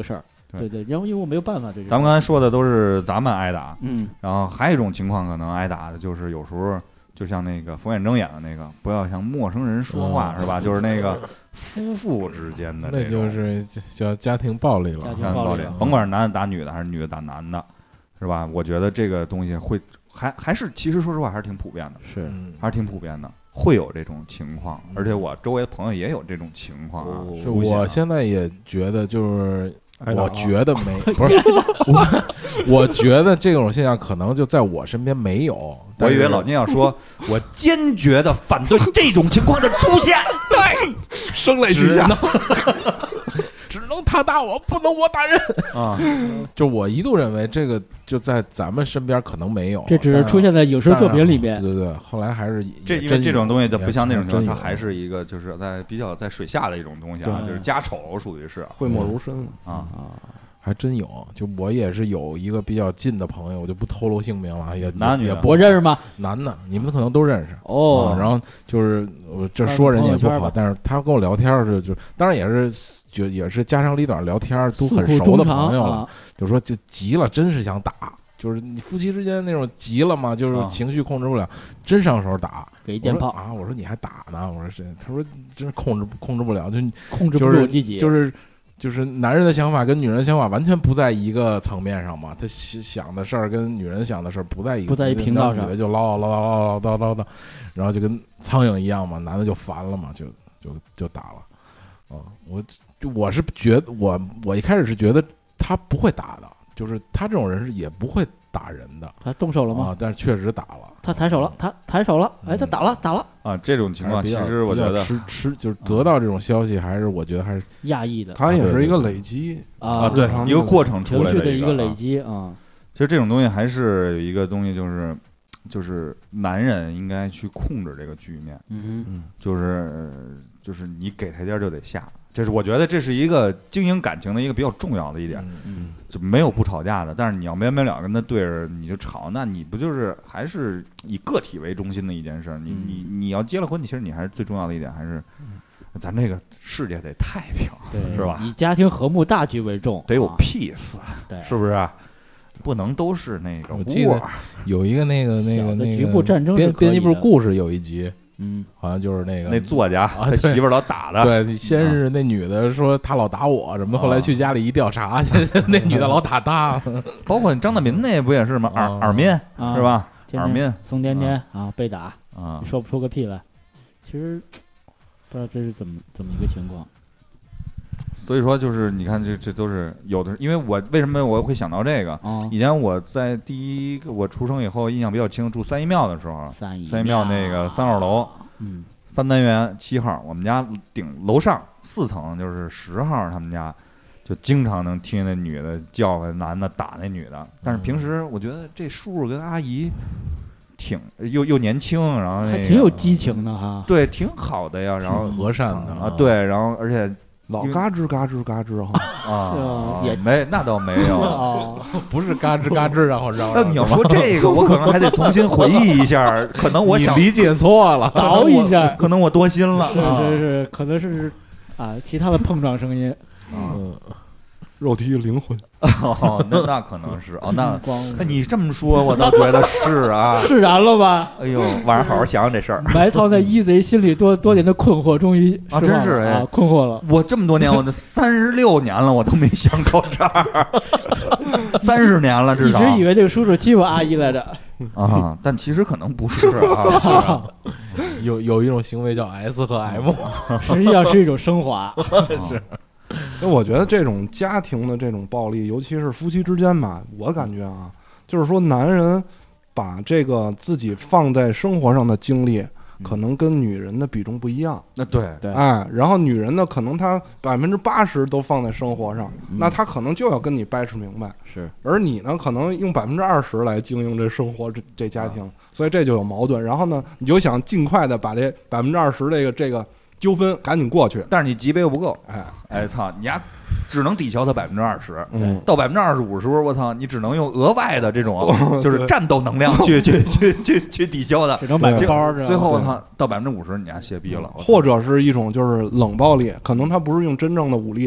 [SPEAKER 3] 对对，然后因为我没有办法，这
[SPEAKER 4] 咱们刚才说的都是咱们挨打，
[SPEAKER 3] 嗯，
[SPEAKER 4] 然后还有一种情况可能挨打的就是有时候就像那个冯远征演的那个，不要向陌生人说话，
[SPEAKER 2] 嗯
[SPEAKER 4] 是吧？就是那个夫妇之间的
[SPEAKER 2] 那
[SPEAKER 4] 这种
[SPEAKER 2] 就是叫家庭暴力了。
[SPEAKER 3] 家庭
[SPEAKER 4] 家庭暴
[SPEAKER 3] 暴力了，
[SPEAKER 4] 力甭管是男的打女的还是女的打男的，是吧？我觉得这个东西会还还是其实说实话还是挺普遍的，
[SPEAKER 3] 是
[SPEAKER 2] 嗯，
[SPEAKER 4] 还是挺普遍的，会有这种情况，而且我周围的朋友也有这种情况啊。
[SPEAKER 2] 是
[SPEAKER 4] 出现啊
[SPEAKER 2] 我现在也觉得就是。我
[SPEAKER 5] 挨打啊
[SPEAKER 2] 觉得没，不是我，我觉得这种现象可能就在我身边没有。但是
[SPEAKER 4] 我以为老聂要说，我坚决的反对这种情况的出现。
[SPEAKER 5] 声泪俱下。
[SPEAKER 2] 只能他打我，不能我打人。
[SPEAKER 4] 啊，
[SPEAKER 2] 就我一度认为这个就在咱们身边可能没有，
[SPEAKER 3] 这只是出现在影视作品里面。
[SPEAKER 2] 对对对，后来还是
[SPEAKER 4] 这因为
[SPEAKER 2] 真
[SPEAKER 4] 这种东西它不像那种情况，
[SPEAKER 2] 真有
[SPEAKER 4] 它还是一个就是在比较在水下的一种东西啊，
[SPEAKER 3] 对
[SPEAKER 4] 就是家丑属于是
[SPEAKER 5] 讳莫如深了。
[SPEAKER 4] 啊。
[SPEAKER 2] 还真有。就我也是有一个比较近的朋友，我就不透露姓名了，也
[SPEAKER 4] 男女的
[SPEAKER 2] 也不
[SPEAKER 3] 我认识吗？
[SPEAKER 2] 男的，你们可能都认识。
[SPEAKER 3] 哦
[SPEAKER 2] 啊，然后就是我这说人家也不好，
[SPEAKER 3] 朋友圈吧
[SPEAKER 2] 但是他跟我聊天儿就就当然也是就也是家长里短聊天儿，都
[SPEAKER 3] 诉
[SPEAKER 2] 很熟的
[SPEAKER 3] 苦衷肠
[SPEAKER 2] 朋友了，
[SPEAKER 3] 啊，
[SPEAKER 2] 就说就急了，真是想打，就是你夫妻之间那种急了嘛，就是
[SPEAKER 4] 啊
[SPEAKER 2] 情绪控制不了，真上手打。
[SPEAKER 3] 给一电炮，
[SPEAKER 2] 我说啊，我说你还打呢？我说这，他说真是控制控制不了，就
[SPEAKER 3] 控制不
[SPEAKER 2] 就是
[SPEAKER 3] 住自己，
[SPEAKER 2] 就是就是男人的想法跟女人的想法完全不在一个层面上嘛，他想想的事儿跟女人想的事儿不在一个
[SPEAKER 3] 不在一频道上
[SPEAKER 2] 女的就唠唠唠唠唠叨叨，然后就跟苍蝇一样嘛，男的就烦了嘛，就就就打了。啊、我就我是觉得我我一开始是觉得他不会打的，就是他这种人是也不会打人的
[SPEAKER 3] 他动手了
[SPEAKER 2] 啊
[SPEAKER 3] 吗？，
[SPEAKER 2] 但是确实打了。
[SPEAKER 3] 他抬手了，他抬手了，哎，他打了，打了，
[SPEAKER 4] 啊，这种情况其
[SPEAKER 2] 还是比较比较
[SPEAKER 4] 实我觉得
[SPEAKER 2] 吃吃就是得到这种消息，还是我觉得还是
[SPEAKER 3] 亚裔的
[SPEAKER 5] 它也是一个累积
[SPEAKER 4] 啊，
[SPEAKER 3] 啊，
[SPEAKER 4] 对
[SPEAKER 5] 正常的
[SPEAKER 4] 一个过程
[SPEAKER 3] 情
[SPEAKER 4] 出来
[SPEAKER 3] 绪的一个累
[SPEAKER 4] 一个啊
[SPEAKER 3] 积啊，
[SPEAKER 4] 其实这种东西还是有一个东西，就是就是男人应该去控制这个局面，
[SPEAKER 3] 嗯
[SPEAKER 2] 嗯
[SPEAKER 4] 就是就是你给台阶就得下，就是我觉得这是一个经营感情的一个比较重要的一点，
[SPEAKER 2] 嗯
[SPEAKER 3] 嗯，
[SPEAKER 4] 就没有不吵架的，但是你要没完没了跟他对着你就吵，那你不就是还是以个体为中心的一件事儿？你
[SPEAKER 3] 嗯
[SPEAKER 4] 你你要结了婚，其实你还是最重要的一点还是咱这个世界得太平，
[SPEAKER 3] 对，
[SPEAKER 4] 是吧？
[SPEAKER 3] 以家庭和睦大局为重，
[SPEAKER 4] 得有
[SPEAKER 3] 啊
[SPEAKER 4] peace，
[SPEAKER 3] 对，
[SPEAKER 4] 是不是？不能都是那个
[SPEAKER 2] 我记得
[SPEAKER 4] war
[SPEAKER 2] 有一个那个那
[SPEAKER 3] 小的
[SPEAKER 2] 个那个
[SPEAKER 3] 局部战争是可以
[SPEAKER 2] 编编辑部
[SPEAKER 3] 的
[SPEAKER 2] 故事有一集，
[SPEAKER 3] 嗯，
[SPEAKER 2] 好像就是那个
[SPEAKER 4] 那作家
[SPEAKER 2] 啊
[SPEAKER 4] 他媳妇儿老打他，
[SPEAKER 2] 对，先是那女的说她老打我什么的，后来去家里一调查，那女的老打她。
[SPEAKER 4] 包括张大民那不也是吗？耳
[SPEAKER 2] 啊
[SPEAKER 4] 耳面
[SPEAKER 3] 啊
[SPEAKER 4] 是？吧？
[SPEAKER 3] 天天
[SPEAKER 4] 耳面
[SPEAKER 3] 宋天天啊被打，
[SPEAKER 4] 啊，
[SPEAKER 3] 说不出个屁来，其实不知道这是怎么怎么一个情况，
[SPEAKER 4] 所以说就是你看这这都是有的，因为我为什么我会想到这个？
[SPEAKER 3] 啊，
[SPEAKER 4] 以前我在第一个我出生以后印象比较清，住三义庙的时候，
[SPEAKER 3] 三姨
[SPEAKER 4] 三义庙那个三号楼
[SPEAKER 3] 嗯
[SPEAKER 4] 三单元七号，我们家顶楼上四层就是十号，他们家就经常能听见那女的叫唤男的打那女的。但是平时我觉得这叔叔跟阿姨挺又又年轻，然后那
[SPEAKER 3] 还
[SPEAKER 4] 个
[SPEAKER 3] 挺有激情的哈，
[SPEAKER 4] 对，挺好的呀，然后
[SPEAKER 2] 挺和善的
[SPEAKER 4] 啊，对，然后而且
[SPEAKER 5] 老嘎吱嘎吱嘎吱哈。
[SPEAKER 4] 啊，
[SPEAKER 3] 也
[SPEAKER 4] 没那倒没有。
[SPEAKER 3] 哦，
[SPEAKER 2] 不是嘎吱嘎吱，然后让
[SPEAKER 4] 那你要说这个，我可能还得重新回忆一下，可能我想
[SPEAKER 2] 你理解错了，
[SPEAKER 3] 倒一下，
[SPEAKER 4] 可能我多心了。
[SPEAKER 3] 是
[SPEAKER 4] 啊
[SPEAKER 3] 是是，可能是啊其他的碰撞声音，
[SPEAKER 2] 嗯，
[SPEAKER 5] 肉体与灵魂，
[SPEAKER 4] 哦，那那可能是哦，那
[SPEAKER 3] 光
[SPEAKER 4] 那你这么说，我倒觉得是啊。
[SPEAKER 3] 释然了吧？
[SPEAKER 4] 哎呦，晚上好好想想这事儿。
[SPEAKER 3] 埋藏在一贼心里多多年的困惑，终于
[SPEAKER 4] 啊
[SPEAKER 3] 释放
[SPEAKER 4] 真是哎
[SPEAKER 3] 了啊，困惑了。
[SPEAKER 4] 我这么多年，我都三十六年了，我都没想到这儿，三十年了至少。
[SPEAKER 3] 一直以为这个叔叔欺负阿姨来着，
[SPEAKER 4] 啊，但其实可能不是啊。是啊
[SPEAKER 2] 有有一种行为叫 S 和 M，
[SPEAKER 3] 实际上是一种升华。
[SPEAKER 2] 是
[SPEAKER 5] 因为我觉得这种家庭的这种暴力，尤其是夫妻之间吧，我感觉啊，就是说男人把这个自己放在生活上的精力，可能跟女人的比重不一样。
[SPEAKER 4] 那对，
[SPEAKER 3] 对
[SPEAKER 5] 哎，然后女人呢，可能她百分之八十都放在生活上，
[SPEAKER 3] 嗯
[SPEAKER 5] 那她可能就要跟你掰扯明白。
[SPEAKER 3] 是，
[SPEAKER 5] 而你呢，可能用百分之二十来经营这生活，这这家庭，所以这就有矛盾。然后呢，你就想尽快的把这百分之二十这个这个纠纷赶紧过去。
[SPEAKER 4] 但是你级别又不够，
[SPEAKER 5] 哎，
[SPEAKER 4] 哎操，你丫只能抵消它百分之二十。
[SPEAKER 5] 嗯，
[SPEAKER 4] 到百分之二十五的时候，我操，你只能用额外的这种就是战斗能量去去去去去抵消的。
[SPEAKER 3] 只能买个包儿，
[SPEAKER 4] 最后我
[SPEAKER 5] 对
[SPEAKER 4] 操，到百分之五十你丫歇逼了，我操
[SPEAKER 5] 或者是一种就是冷暴力，可能他不是用真正的武力，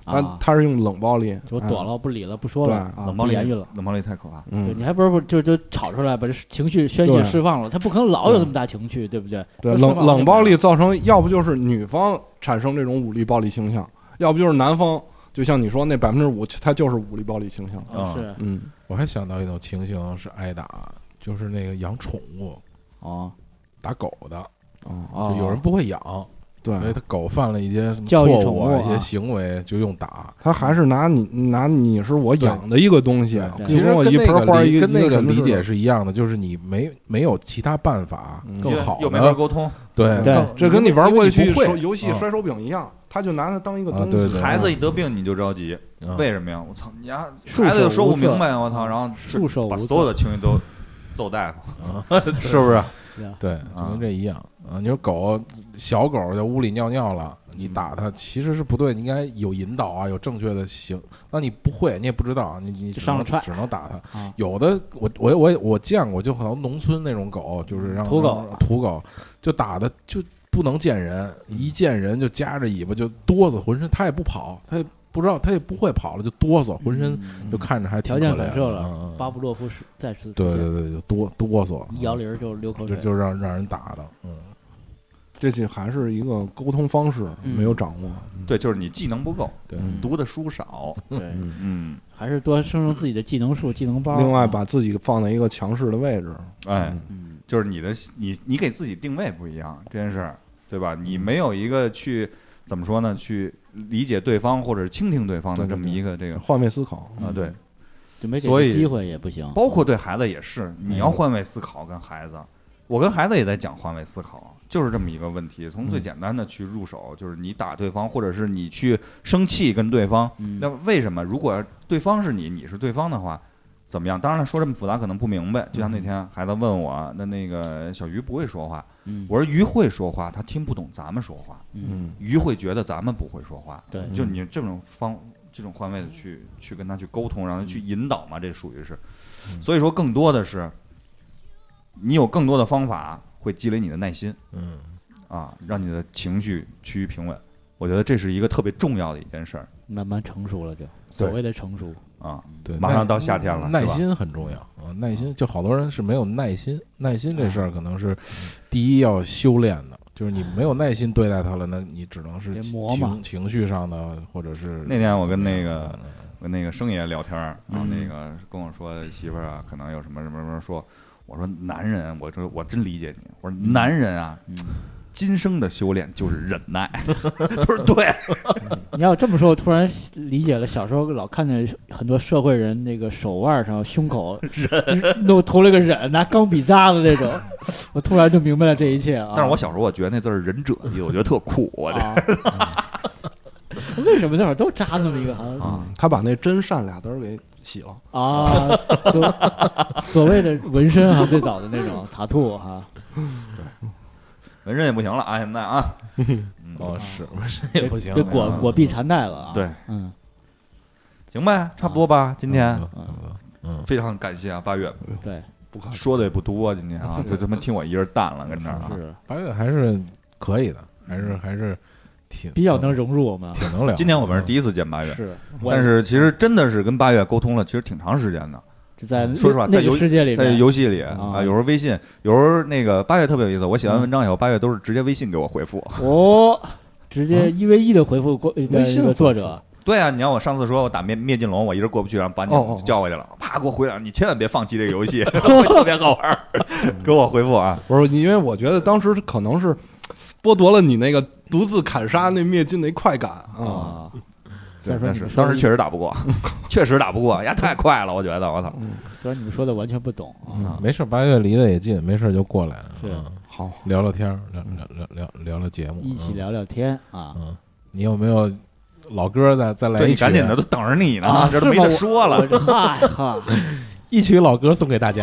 [SPEAKER 5] 但他是用冷暴力，
[SPEAKER 3] 我躲了，不理了，不说了，啊
[SPEAKER 4] 冷暴力
[SPEAKER 3] 不言语了。
[SPEAKER 4] 冷暴力太可怕。
[SPEAKER 3] 对，
[SPEAKER 5] 嗯，
[SPEAKER 3] 你还不是不就就吵出来，把这情绪宣泄
[SPEAKER 5] 对
[SPEAKER 3] 释放了，他不可能老有那么大情绪，对不对？
[SPEAKER 5] 对，
[SPEAKER 3] 他释放了
[SPEAKER 5] 冷冷暴力造成，要不就是女方产生这种武力暴力倾向，要不就是男方，就像你说那百分之五，他就是武力暴力倾向。
[SPEAKER 3] 啊是
[SPEAKER 5] 嗯，
[SPEAKER 2] 我还想到一种情形是挨打，就是那个养宠物
[SPEAKER 3] 哦
[SPEAKER 2] 打狗的，
[SPEAKER 3] 哦，
[SPEAKER 2] 就有人不会养，
[SPEAKER 5] 对，
[SPEAKER 2] 所以他狗犯了一些什么
[SPEAKER 3] 教育
[SPEAKER 2] 错
[SPEAKER 3] 宠物啊
[SPEAKER 2] 误一些行为就用打。
[SPEAKER 5] 他还是拿你拿你是我养的一个东西，
[SPEAKER 3] 对
[SPEAKER 2] 其实
[SPEAKER 5] 跟我一
[SPEAKER 2] 跟那
[SPEAKER 5] 盆花一
[SPEAKER 2] 个理跟那
[SPEAKER 5] 一什么似的
[SPEAKER 2] 个理解是一样的，就是你没没有其他办法
[SPEAKER 5] 嗯
[SPEAKER 2] 更好
[SPEAKER 4] 又没法
[SPEAKER 2] 的
[SPEAKER 4] 沟通，
[SPEAKER 2] 对
[SPEAKER 3] 对
[SPEAKER 2] 更
[SPEAKER 5] 这跟你玩过去
[SPEAKER 2] 因为你不会
[SPEAKER 5] 手游戏
[SPEAKER 2] 啊
[SPEAKER 5] 摔手柄一样，他就拿它当一个东西。
[SPEAKER 2] 啊对对
[SPEAKER 4] 孩子一得病你就着急，
[SPEAKER 2] 啊
[SPEAKER 4] 为什么呀？我操，你丫
[SPEAKER 3] 束
[SPEAKER 4] 孩子又
[SPEAKER 3] 手无策
[SPEAKER 4] 说不明白，我操，然后
[SPEAKER 3] 束手无策
[SPEAKER 4] 把所有的情绪都揍大夫，
[SPEAKER 2] 啊，
[SPEAKER 4] 是不是？
[SPEAKER 2] 对，就跟这一样啊。你说狗小狗在屋里尿尿了，你打它其实是不对，你应该有引导啊，有正确的行。那你不会，你也不知道，你你只能
[SPEAKER 3] 就上了踹
[SPEAKER 2] 只能打它。
[SPEAKER 3] 啊
[SPEAKER 2] 有的我我我我见过，就好像农村那种狗，就是让
[SPEAKER 3] 土狗
[SPEAKER 2] 让土狗就打的就不能见人，一见人就夹着尾巴就哆嗦，浑身它也不跑，它也不知道，它也不会跑了，就哆嗦，浑身就看着还挺
[SPEAKER 3] 条件
[SPEAKER 2] 可怜
[SPEAKER 3] 反射了
[SPEAKER 2] 的嗯嗯，
[SPEAKER 3] 巴甫洛夫是再次
[SPEAKER 2] 对对对，就哆哆嗦，
[SPEAKER 3] 一摇铃儿就流口水，
[SPEAKER 2] 就就让让人打的，嗯。
[SPEAKER 5] 这就还是一个沟通方式
[SPEAKER 3] 嗯
[SPEAKER 5] 没有掌握。
[SPEAKER 4] 对，就是你技能不够，
[SPEAKER 2] 对
[SPEAKER 5] 嗯
[SPEAKER 4] 读的书少，
[SPEAKER 3] 对，
[SPEAKER 5] 嗯，
[SPEAKER 4] 嗯，
[SPEAKER 3] 还是多生成自己的技能树、技能包。
[SPEAKER 5] 另外把自己放在一个强势的位置。
[SPEAKER 4] 哎，
[SPEAKER 3] 嗯，
[SPEAKER 4] 就是你的你你给自己定位不一样这件事儿，对吧？你没有一个去怎么说呢？去理解对方或者是倾听对方的这么
[SPEAKER 5] 对对对
[SPEAKER 4] 一个这个
[SPEAKER 5] 换位思考。
[SPEAKER 4] 啊，对，
[SPEAKER 3] 就没给
[SPEAKER 4] 所以
[SPEAKER 3] 他机会也不行。
[SPEAKER 4] 包括对孩子也是，你要换位思考跟孩子。我跟孩子也在讲换位思考，就是这么一个问题。从最简单的去入手，就是你打对方，或者是你去生气跟对方。
[SPEAKER 3] 嗯
[SPEAKER 4] 那为什么？如果对方是你，你是对方的话，怎么样？当然了，说这么复杂可能不明白。就像那天孩子问我，那那个小鱼不会说话，
[SPEAKER 3] 嗯
[SPEAKER 4] 我说鱼会说话，他听不懂咱们说话，
[SPEAKER 3] 嗯，
[SPEAKER 4] 鱼会觉得咱们不会说话。
[SPEAKER 3] 对，
[SPEAKER 4] 就你这种方这种换位的去去跟他去沟通，让他去引导嘛，这属于是。所以说，更多的是你有更多的方法会积累你的耐心，
[SPEAKER 2] 嗯，
[SPEAKER 4] 啊，让你的情绪趋于平稳。我觉得这是一个特别重要的一件事儿
[SPEAKER 3] 慢慢成熟了就，所谓的成熟。
[SPEAKER 4] 啊。
[SPEAKER 2] 对，
[SPEAKER 4] 马上到夏天了，是吧
[SPEAKER 2] 耐心很重要啊，耐心就好多人是没有耐心，耐心这事儿可能是第一要修炼的，就是你没有耐心对待它了，那你只能是
[SPEAKER 3] 得磨嘛
[SPEAKER 2] 情情绪上的，或者是
[SPEAKER 4] 那天我跟那
[SPEAKER 2] 怎么
[SPEAKER 4] 个
[SPEAKER 2] 样
[SPEAKER 4] 跟那个生爷聊天儿，然后
[SPEAKER 3] 嗯
[SPEAKER 4] 那个跟我说媳妇儿啊，可能有什么什么什么说，我说男人，我说我真理解你，我说男人啊。
[SPEAKER 3] 嗯，
[SPEAKER 4] 今生的修炼就是忍耐，他说对，
[SPEAKER 3] 你要这么说，我突然理解了。小时候老看见很多社会人那个手腕上、胸口都涂了个忍，拿钢笔扎的那种，我突然就明白了这一切啊。
[SPEAKER 4] 但是我小时候我觉得那字儿忍者意思，我觉得特酷，我这
[SPEAKER 3] 啊，为什么那会儿都扎那么一个好像
[SPEAKER 4] 啊，
[SPEAKER 5] 他把那真善俩字儿给洗了。
[SPEAKER 3] 啊，所所谓的纹身啊，最早的那种塔兔哈，
[SPEAKER 4] 纹身也不行了啊，现在啊，
[SPEAKER 2] 哦是纹身也不行，
[SPEAKER 3] 得裹
[SPEAKER 2] 嗯
[SPEAKER 3] 裹臂缠带了啊。
[SPEAKER 4] 对，
[SPEAKER 3] 嗯，
[SPEAKER 4] 行呗，差不多吧。今天
[SPEAKER 2] 嗯嗯嗯
[SPEAKER 4] 非常感谢啊，八月
[SPEAKER 3] 对，
[SPEAKER 5] 不可
[SPEAKER 4] 说的也不多，今天啊，就他妈听我一人淡了，跟这儿啊，
[SPEAKER 3] 是
[SPEAKER 2] 八月还是可以的，还是还是挺
[SPEAKER 3] 比较能融入我们。
[SPEAKER 2] 挺能聊。
[SPEAKER 4] 今天我们是第一次见八月，
[SPEAKER 3] 是，我
[SPEAKER 4] 但是其实真的是跟八月沟通了，其实挺长时间的。
[SPEAKER 3] 就在
[SPEAKER 4] 说实话，在
[SPEAKER 3] 那
[SPEAKER 4] 游
[SPEAKER 3] 个世界里
[SPEAKER 4] 在
[SPEAKER 3] 面，
[SPEAKER 4] 游戏里
[SPEAKER 3] 啊
[SPEAKER 4] 啊，有时候微信，有时候那个八月特别有意思。我写完文章以后，八月都是直接微信给我回复。
[SPEAKER 3] 哦，直接一 v 一的回复过呃
[SPEAKER 5] 微信
[SPEAKER 3] 那个作者，
[SPEAKER 4] 对啊，你要我上次说我打灭灭进龙，我一人过不去，然后把你
[SPEAKER 5] 哦哦哦
[SPEAKER 4] 叫回去了，啪给我回两，你千万别放弃这个游戏，会特别好玩儿。给我回复啊，
[SPEAKER 5] 不是，因为我觉得当时可能是剥夺了你那个独自砍杀那灭尽那快感啊。
[SPEAKER 3] 啊，
[SPEAKER 4] 对
[SPEAKER 3] 虽然说
[SPEAKER 4] 但是
[SPEAKER 3] 你们说的
[SPEAKER 4] 当时确实打不过，确实打不过，呀，太快了，我觉得，我操，
[SPEAKER 3] 虽然你们说的完全不懂啊，
[SPEAKER 2] 嗯没事，八月离得也近，没事就过来，
[SPEAKER 3] 是
[SPEAKER 2] 嗯
[SPEAKER 5] 好，
[SPEAKER 2] 聊聊天儿，聊聊聊聊聊聊节目，嗯。
[SPEAKER 3] 一起聊聊天啊。
[SPEAKER 2] 嗯，你有没有老歌再再来
[SPEAKER 4] 对
[SPEAKER 2] 一曲？
[SPEAKER 4] 你赶紧的，都等着你呢，
[SPEAKER 3] 啊，
[SPEAKER 4] 这都没
[SPEAKER 3] 是吗
[SPEAKER 4] 得说了。
[SPEAKER 3] 我嗨哈，
[SPEAKER 2] 一曲老歌送给大家。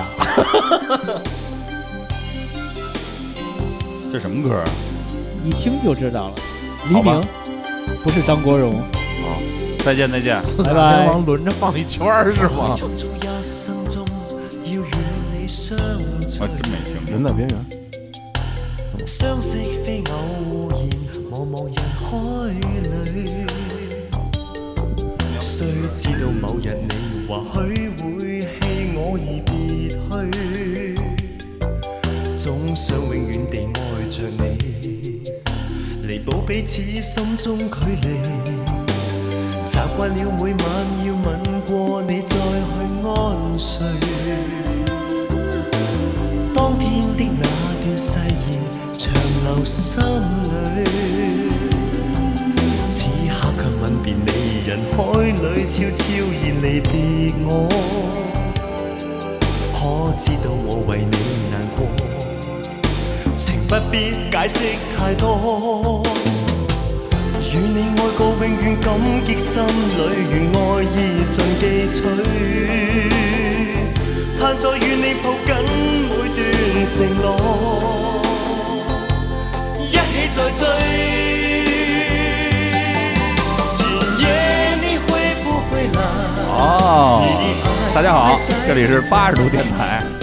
[SPEAKER 4] 这什么歌啊？
[SPEAKER 3] 一听就知道了。黎
[SPEAKER 4] 好吧
[SPEAKER 3] 明不是张国荣，
[SPEAKER 4] 再见，再见。
[SPEAKER 3] 拜拜
[SPEAKER 2] 天王轮着放一圈儿是吗？
[SPEAKER 6] 匆匆一生中，要與你相隨
[SPEAKER 4] 我。真没听
[SPEAKER 5] 人在边缘。
[SPEAKER 6] 相識非偶然，茫茫人海裏，
[SPEAKER 7] 雖知道某日你或許會棄我而別去，總想永遠地愛着你，彌補彼此心中距離。習慣了每晚要吻過你再去安睡，當天的那段誓言長留心裏，此刻卻吻別你，人海裏悄悄然離別我，可知道我為你難過，情不必解釋太多，與你愛過永遠感激心裏，願愛意盡記取，盼再與你抱緊每段承諾，一起再追。今夜你會不會來？
[SPEAKER 4] 哦，大家好，這裡是八十度電台。